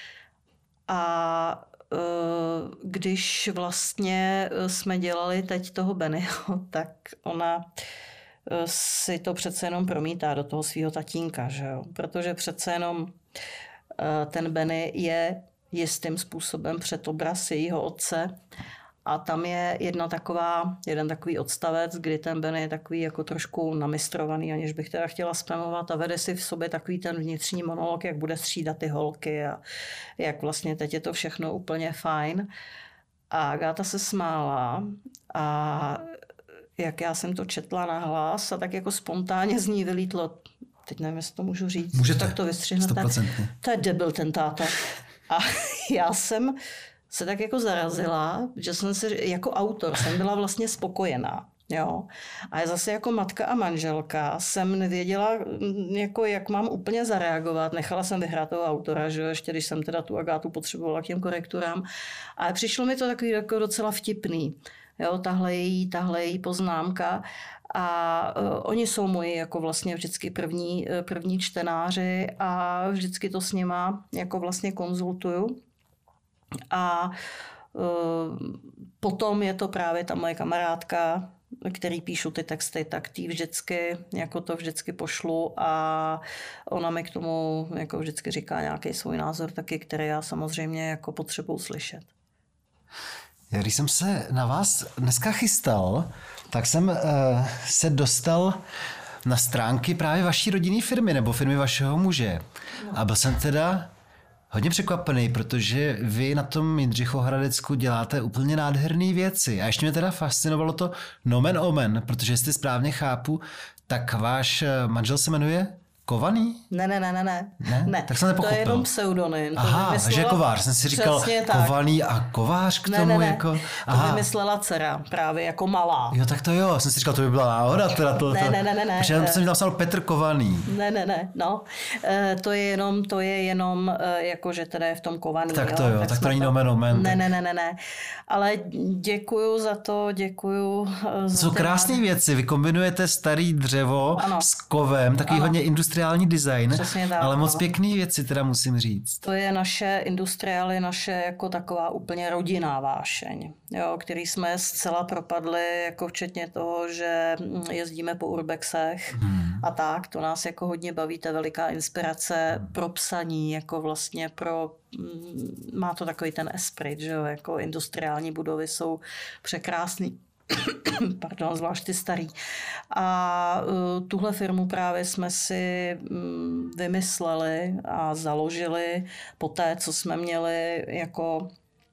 A když vlastně jsme dělali teď toho Bennyho, tak ona si to přece jenom promítá do toho svého tatínka, že jo? Protože přece jenom ten Benny je jistým způsobem předobraz jejího otce a tam je jedna taková, jeden takový odstavec, kdy ten Benny je takový jako trošku namistrovaný, aniž bych teda chtěla spamovat a vede si v sobě takový ten vnitřní monolog, jak bude střídat ty holky a jak vlastně teď je to všechno úplně fajn. A Agáta se smála a jak já jsem to četla nahlas a tak jako spontánně z ní vylítlo, teď nevím, jestli to můžu říct, Můžete, tak to vystřihnete. stoprocentně. To je debil ten táta. A já jsem se tak jako zarazila, že jsem se, jako autor jsem byla vlastně spokojená. Jo. A zase jako matka a manželka jsem nevěděla, jako jak mám úplně zareagovat. Nechala jsem vyhrát toho autora, že ještě když jsem teda tu Agátu potřebovala k těm korekturám. Ale přišlo mi to takový jako docela vtipný. Jo, tahle její, tahle její poznámka. A uh, oni jsou moji jako vlastně vždycky první, první čtenáři a vždycky to s nima jako vlastně konzultuju. A uh, potom je to právě ta moje kamarádka, který píšu ty texty, tak tý vždycky, jako to vždycky pošlu a ona mi k tomu jako vždycky říká nějaký svůj názor taky, který já samozřejmě jako potřebuji slyšet. Já když jsem se na vás dneska chystal, tak jsem uh, se dostal na stránky právě vaší rodinné firmy nebo firmy vašeho muže. No. A byl jsem teda hodně překvapený, protože vy na tom Jindřichohradecku děláte úplně nádherné věci. A ještě mě teda fascinovalo to nomen omen, protože jestli správně chápu, tak váš manžel se jmenuje Kovaný? Ne, ne, ne, ne, ne. Ne? ne. Tak jsem nepochopil. To je jenom pseudonym. Aha, že kovář. Jsem si říkal Kovaný a kovář k tomu. Ne, ne, ne. Jako... Aha. To vymyslela dcera, právě jako malá. Jo, tak to jo. Jsem si říkal, to by byla náhoda. Teda to, ne, ne, ne, ne, ne. Protože já jsem napsal Petr Kovaný. Ne, ne, ne, no. E, to je jenom, to je jenom, e, jako, že teda je v tom Kovaný. Tak to jo, tak, tak to není nomen omen. Ne, ne, ne, ne, ne. Ale děkuju za to, děkuju. To jsou krásné věci. Vy kombinujete starý dřevo ano. s kovem, takový ano. hodně industriální design. Tak, ale moc no. pěkný věci, teda musím říct. To je naše industriály, naše jako taková úplně rodinná vášeň, jo, který jsme zcela propadli, jako včetně toho, že jezdíme po urbexech hmm. a tak. To nás jako hodně baví, ta veliká inspirace hmm. pro psaní, jako vlastně pro má to takový ten esprit, že jo, jako industriální budovy jsou překrásný. Pardon, zvlášť ty starý. A uh, tuhle firmu právě jsme si um, vymysleli a založili po té, co jsme měli jako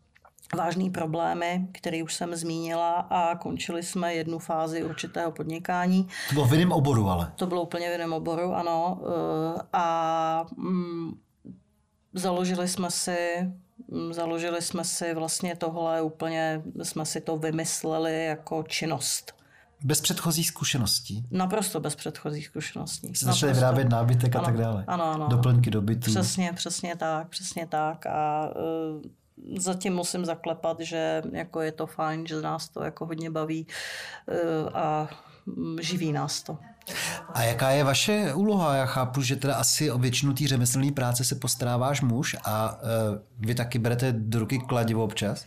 vážný problémy, které už jsem zmínila a končili jsme jednu fázi určitého podnikání. To bylo v jiném oboru, ale. To bylo úplně v jiném oboru, ano. Uh, a um, založili jsme si Založili jsme si vlastně tohle, úplně jsme si to vymysleli jako činnost. Bez předchozích zkušeností? Naprosto bez předchozích zkušeností. Jste začali vyrábět nábytek a ano, tak dále? Ano, ano. Doplňky do bytů? Přesně, přesně tak, přesně tak. A uh, zatím musím zaklepat, že jako je to fajn, že nás to jako hodně baví uh, a živí nás to. A jaká je vaše úloha? Já chápu, že teda asi o většinu té řemeslné práce se postará váš muž a uh, vy taky berete do ruky kladivo občas?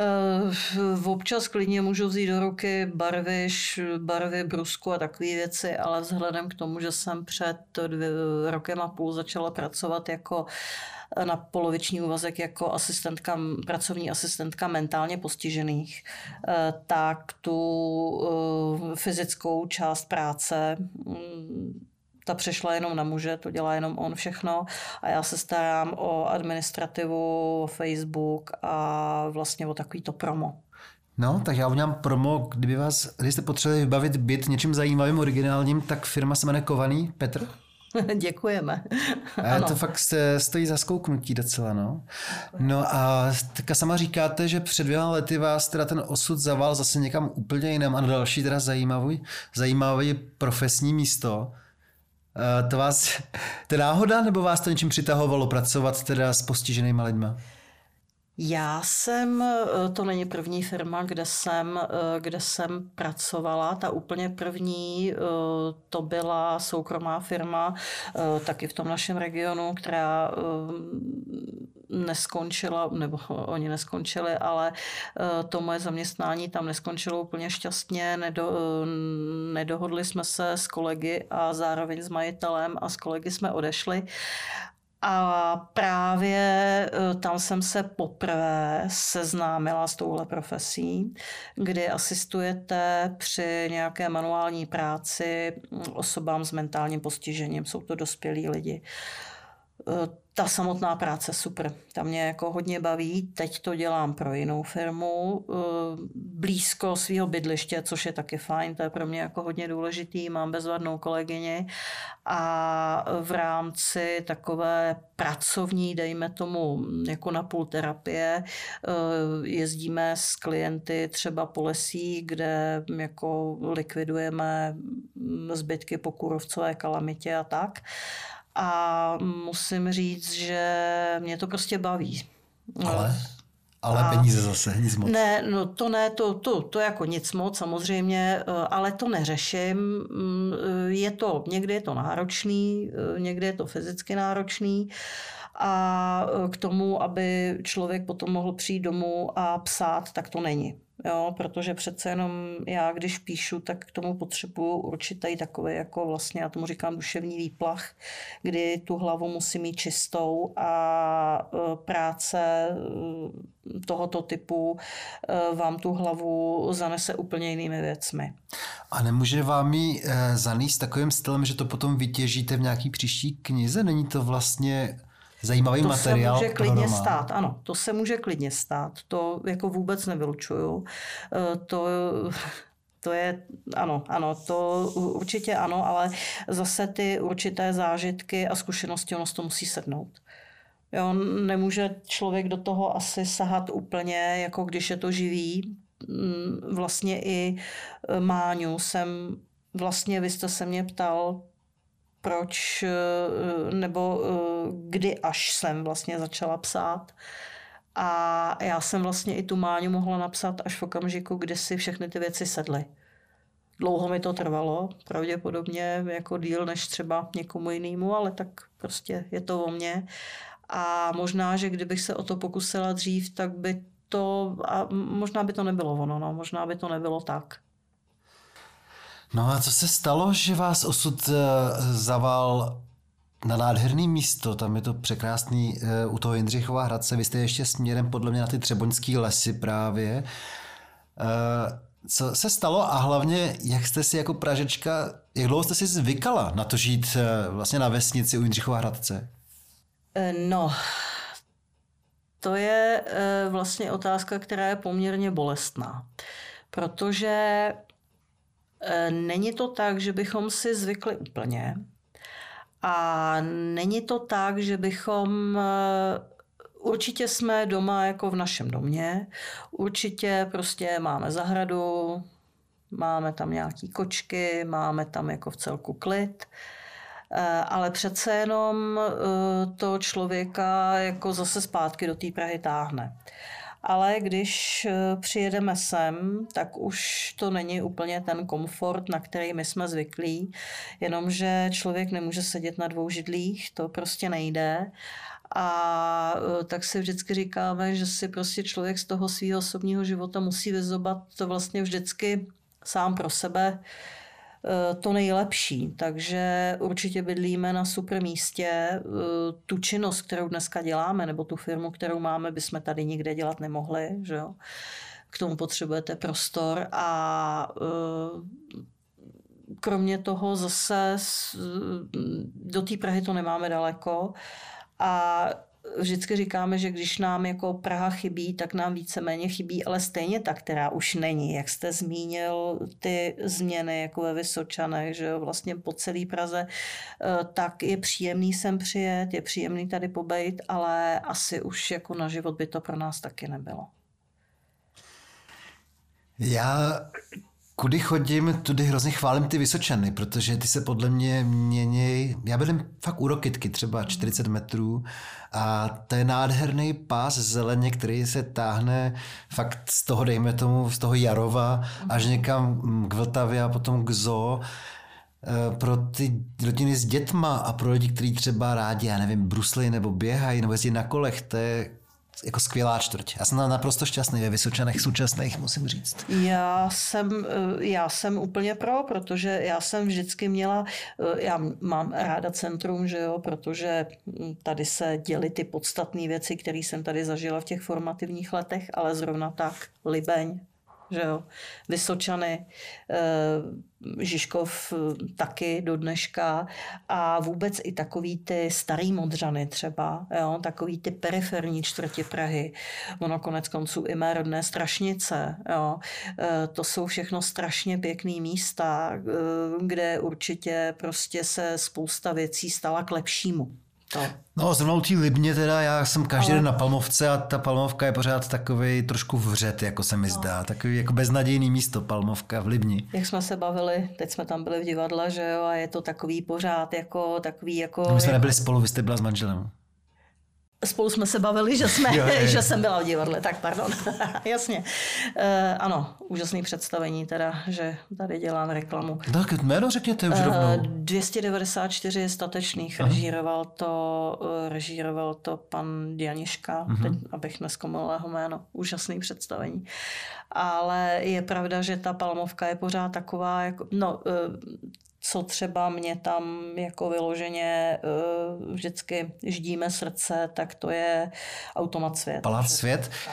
Uh, občas klidně můžu vzít do ruky barvy, barvy, brusku a takové věci, ale vzhledem k tomu, že jsem před dvě, rokem a půl začala pracovat jako na poloviční úvazek jako asistentka, pracovní asistentka mentálně postižených, tak tu fyzickou část práce ta přešla jenom na muže, to dělá jenom on všechno a já se starám o administrativu, o Facebook a vlastně o takovýto promo. No, tak já udělám promo, kdyby vás, když jste potřebovali vybavit byt něčím zajímavým, originálním, tak firma se jmenuje Kovaný. Petr? Děkujeme. A to fakt stojí za zkouknutí docela, no. No a teďka sama říkáte, že před dvěma lety vás teda ten osud zaval zase někam úplně jinam a na další teda zajímavý, zajímavý profesní místo. To vás, to je náhoda, nebo vás to něčím přitahovalo pracovat teda s postiženýma lidma? Já jsem, to není první firma, kde jsem, kde jsem pracovala. Ta úplně první, to byla soukromá firma, taky v tom našem regionu, která neskončila, nebo oni neskončili, ale to moje zaměstnání tam neskončilo úplně šťastně. Nedo, nedohodli jsme se s kolegy a zároveň s majitelem a s kolegy jsme odešli. A právě tam jsem se poprvé seznámila s touhle profesí, kdy asistujete při nějaké manuální práci osobám s mentálním postižením. Jsou to dospělí lidi. Ta samotná práce super. Ta mě jako hodně baví. Teď to dělám pro jinou firmu, blízko svého bydliště, což je taky fajn. To je pro mě jako hodně důležitý. Mám bezvadnou kolegyni a v rámci takové pracovní, dejme tomu jako na půl terapie, jezdíme s klienty třeba po lesích, kde jako likvidujeme zbytky po kůrovcové kalamitě a tak. A musím říct, že mě to prostě baví. Ale, ale a peníze zase, nic moc. Ne, no to ne, to, to, to jako nic moc samozřejmě, ale to neřeším. Je to, někdy je to náročný, někdy je to fyzicky náročný. A k tomu, aby člověk potom mohl přijít domů a psát, tak to není. Jo, protože přece jenom já, když píšu, tak k tomu potřebuju určitý takový, jako vlastně, já tomu říkám duševní výplach, kdy tu hlavu musím mít čistou a práce tohoto typu vám tu hlavu zanese úplně jinými věcmi. A nemůže vám ji zanést takovým stylem, že to potom vytěžíte v nějaký příští knize? Není to vlastně zajímavý to materiál. To se může klidně román. stát, ano, to se může klidně stát, to jako vůbec nevylučuju. To, to je, ano, ano, to určitě ano, ale zase ty určité zážitky a zkušenosti, ono to musí sednout. Jo, nemůže člověk do toho asi sahat úplně, jako když je to živý. Vlastně i Máňu jsem, vlastně vy jste se mě ptal, proč, nebo kdy až jsem vlastně začala psát. A já jsem vlastně i tu Máňu mohla napsat až v okamžiku, kdy si všechny ty věci sedly. Dlouho mi to trvalo, pravděpodobně jako díl než třeba někomu jinému, ale tak prostě je to o mně. A možná, že kdybych se o to pokusila dřív, tak by to, a možná by to nebylo ono, no, možná by to nebylo tak. No a co se stalo, že vás osud zaval na nádherný místo, tam je to překrásný u toho Jindřichova Hradce, vy jste ještě směrem podle mě na ty Třeboňský lesy právě. Co se stalo a hlavně, jak jste si jako Pražečka, jak dlouho jste si zvykala na to žít vlastně na vesnici u Jindřichova Hradce? No, to je vlastně otázka, která je poměrně bolestná, protože není to tak, že bychom si zvykli úplně a není to tak, že bychom... Určitě jsme doma jako v našem domě, určitě prostě máme zahradu, máme tam nějaký kočky, máme tam jako v celku klid, ale přece jenom to člověka jako zase zpátky do té Prahy táhne. Ale když přijedeme sem, tak už to není úplně ten komfort, na který my jsme zvyklí, jenomže člověk nemůže sedět na dvou židlích, to prostě nejde. A tak si vždycky říkáme, že si prostě člověk z toho svého osobního života musí vyzobat to vlastně vždycky sám pro sebe to nejlepší. Takže určitě bydlíme na super místě. Tu činnost, kterou dneska děláme, nebo tu firmu, kterou máme, bychom tady nikde dělat nemohli. Že jo? K tomu potřebujete prostor a kromě toho zase do té Prahy to nemáme daleko. A vždycky říkáme, že když nám jako Praha chybí, tak nám víceméně chybí, ale stejně ta, která už není. Jak jste zmínil ty změny jako ve Vysočanech, že jo, vlastně po celé Praze, tak je příjemný sem přijet, je příjemný tady pobejt, ale asi už jako na život by to pro nás taky nebylo. Já... Kudy chodím, tudy hrozně chválím ty Vysočany, protože ty se podle mě mění. Já bydlím fakt u Rokytky, třeba čtyřicet metrů a to je nádherný pás zeleně, který se táhne fakt z toho, dejme tomu, z toho Jarova až někam k Vltavě a potom k zoo. Pro ty rodiny s dětma a pro lidi, kteří třeba rádi, já nevím, bruslí nebo běhají nebo jezdí na kolech, to je jako skvělá čtvrť. Já jsem naprosto šťastný ve Vysočanech současných, musím říct. Já jsem, já jsem úplně pro, protože já jsem vždycky měla, já mám ráda centrum, že jo, protože tady se děly ty podstatné věci, které jsem tady zažila v těch formativních letech, ale zrovna tak Libeň, že jo, Vysočany, Žižkov taky do dneška a vůbec i takový ty starý Modřany třeba, jo, takový ty periferní čtvrti Prahy, ono konec konců i mé rodné Strašnice, jo, to jsou všechno strašně pěkný místa, kde určitě prostě se spousta věcí stala k lepšímu. To. No, zrovna u té Libně teda, já jsem každý den na Palmovce a ta Palmovka je pořád takovej trošku vřet, jako se mi no. zdá. Takový jako beznadějný místo Palmovka v Libni. Jak jsme se bavili, teď jsme tam byli v divadle, že jo, a je to takový pořád jako takový jako... No, my jsme nebyli spolu, vy jste byla s manželem. Spolu jsme se bavili, že, jsme, jo, je. že jsem byla v divadle, tak pardon. Jasně. E, ano, úžasný představení teda, že tady dělám reklamu. Tak jméno řekněte už rovnou. E, dvě stě devadesát čtyři statečných, režíroval to, režíroval to pan Dianiška, uh-huh. teď abych neskomolila jeho jméno. Úžasný představení. Ale je pravda, že ta Palmovka je pořád taková, jako, no... E, co třeba mě tam jako vyloženě uh, vždycky ždíme srdce, tak to je Automat Svět. Palác Svět? Tak.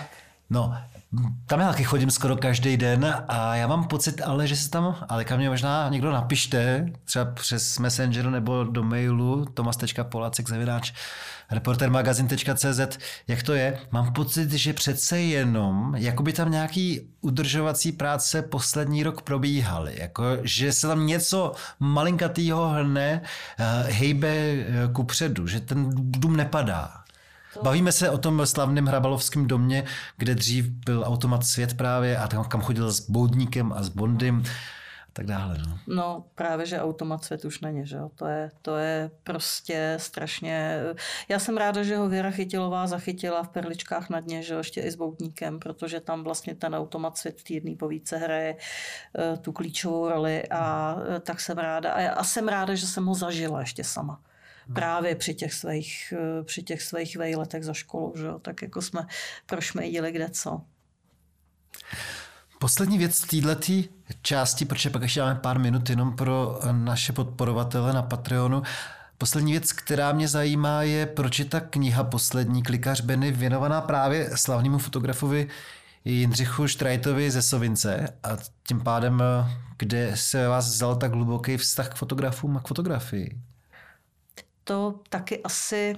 No, tam já taky chodím skoro každý den a já mám pocit, ale že se tam, ale kam mě možná někdo napište, třeba přes Messengeru nebo do mailu tomas tečka polacek zavináč reportermagazin tečka cé zet, jak to je, mám pocit, že přece jenom, jako by tam nějaký udržovací práce poslední rok probíhaly, jako, že se tam něco malinkatýho hne, hejbe kupředu, že ten dům nepadá. Bavíme se o tom slavném Hrabalovském domě, kde dřív byl automat Svět právě a tam kam chodil s Boudníkem a s Bondym a tak dále. No, no právě, že automat Svět už není, že jo? To je, to je prostě strašně... Já jsem ráda, že ho Věra Chytilová zachytila v Perličkách na dně, že jo? Ještě i s Boudníkem, protože tam vlastně ten automat Svět v té jedné povídce hraje uh, tu klíčovou roli a uh, tak jsem ráda. A, a jsem ráda, že jsem ho zažila ještě sama. Právě při těch svých, při těch svých vejletech za školu, že jo? Tak jako jsme prošmejdili kde co. Poslední věc v této části, protože pak ještě máme pár minut jenom pro naše podporovatele na Patreonu. Poslední věc, která mě zajímá, je, proč je ta kniha poslední Klikař Benny věnovaná právě slavnému fotografovi Jindřichu Štrajtovi ze Sovince a tím pádem, kde se vás vzal tak hluboký vztah k fotografům a k fotografii? To taky asi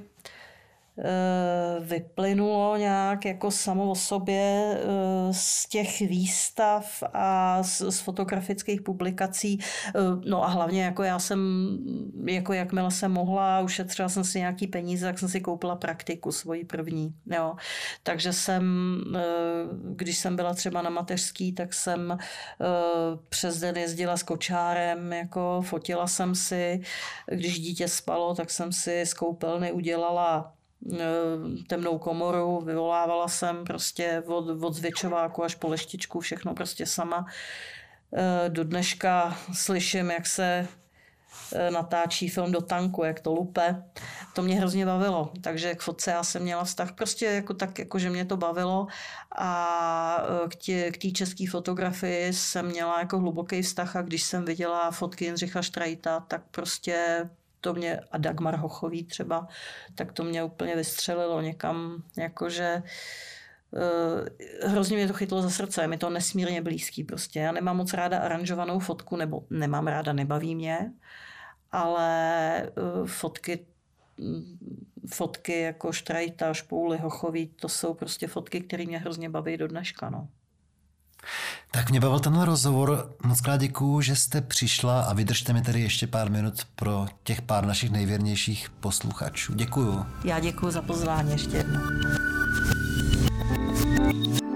vyplynulo nějak jako samo o sobě z těch výstav a z, z fotografických publikací. No a hlavně jako já jsem, jako jakmile jsem mohla, ušetřila jsem si nějaký peníze, tak jsem si koupila praktiku svoji první. Jo. Takže jsem, když jsem byla třeba na mateřský, tak jsem přes den jezdila s kočárem, jako fotila jsem si. Když dítě spalo, tak jsem si z koupelny udělala temnou komoru, vyvolávala jsem prostě od, od zvětšováku až po leštičku, všechno prostě sama. Do dneška slyším, jak se natáčí film do tanku, jak to lupe. To mě hrozně bavilo, takže k fotce já jsem měla vztah prostě jako tak, jako že mě to bavilo a k té české fotografii jsem měla jako hluboký vztah a když jsem viděla fotky Jindřicha Štrajta, tak prostě to mě, a Dagmar Hochový třeba, tak to mě úplně vystřelilo někam, jakože uh, hrozně mě to chytlo za srdce, je mi to nesmírně blízký prostě. Já nemám moc ráda aranžovanou fotku, nebo nemám ráda, nebaví mě, ale uh, fotky fotky jako Štrajta, Špouly, Hochový, to jsou prostě fotky, které mě hrozně baví do dneška, no. Tak mě bavil tenhle rozhovor. Moc krát děkuju, že jste přišla a vydržte mi tady ještě pár minut pro těch pár našich nejvěrnějších posluchačů. Děkuju. Já děkuju za pozvání ještě jednou.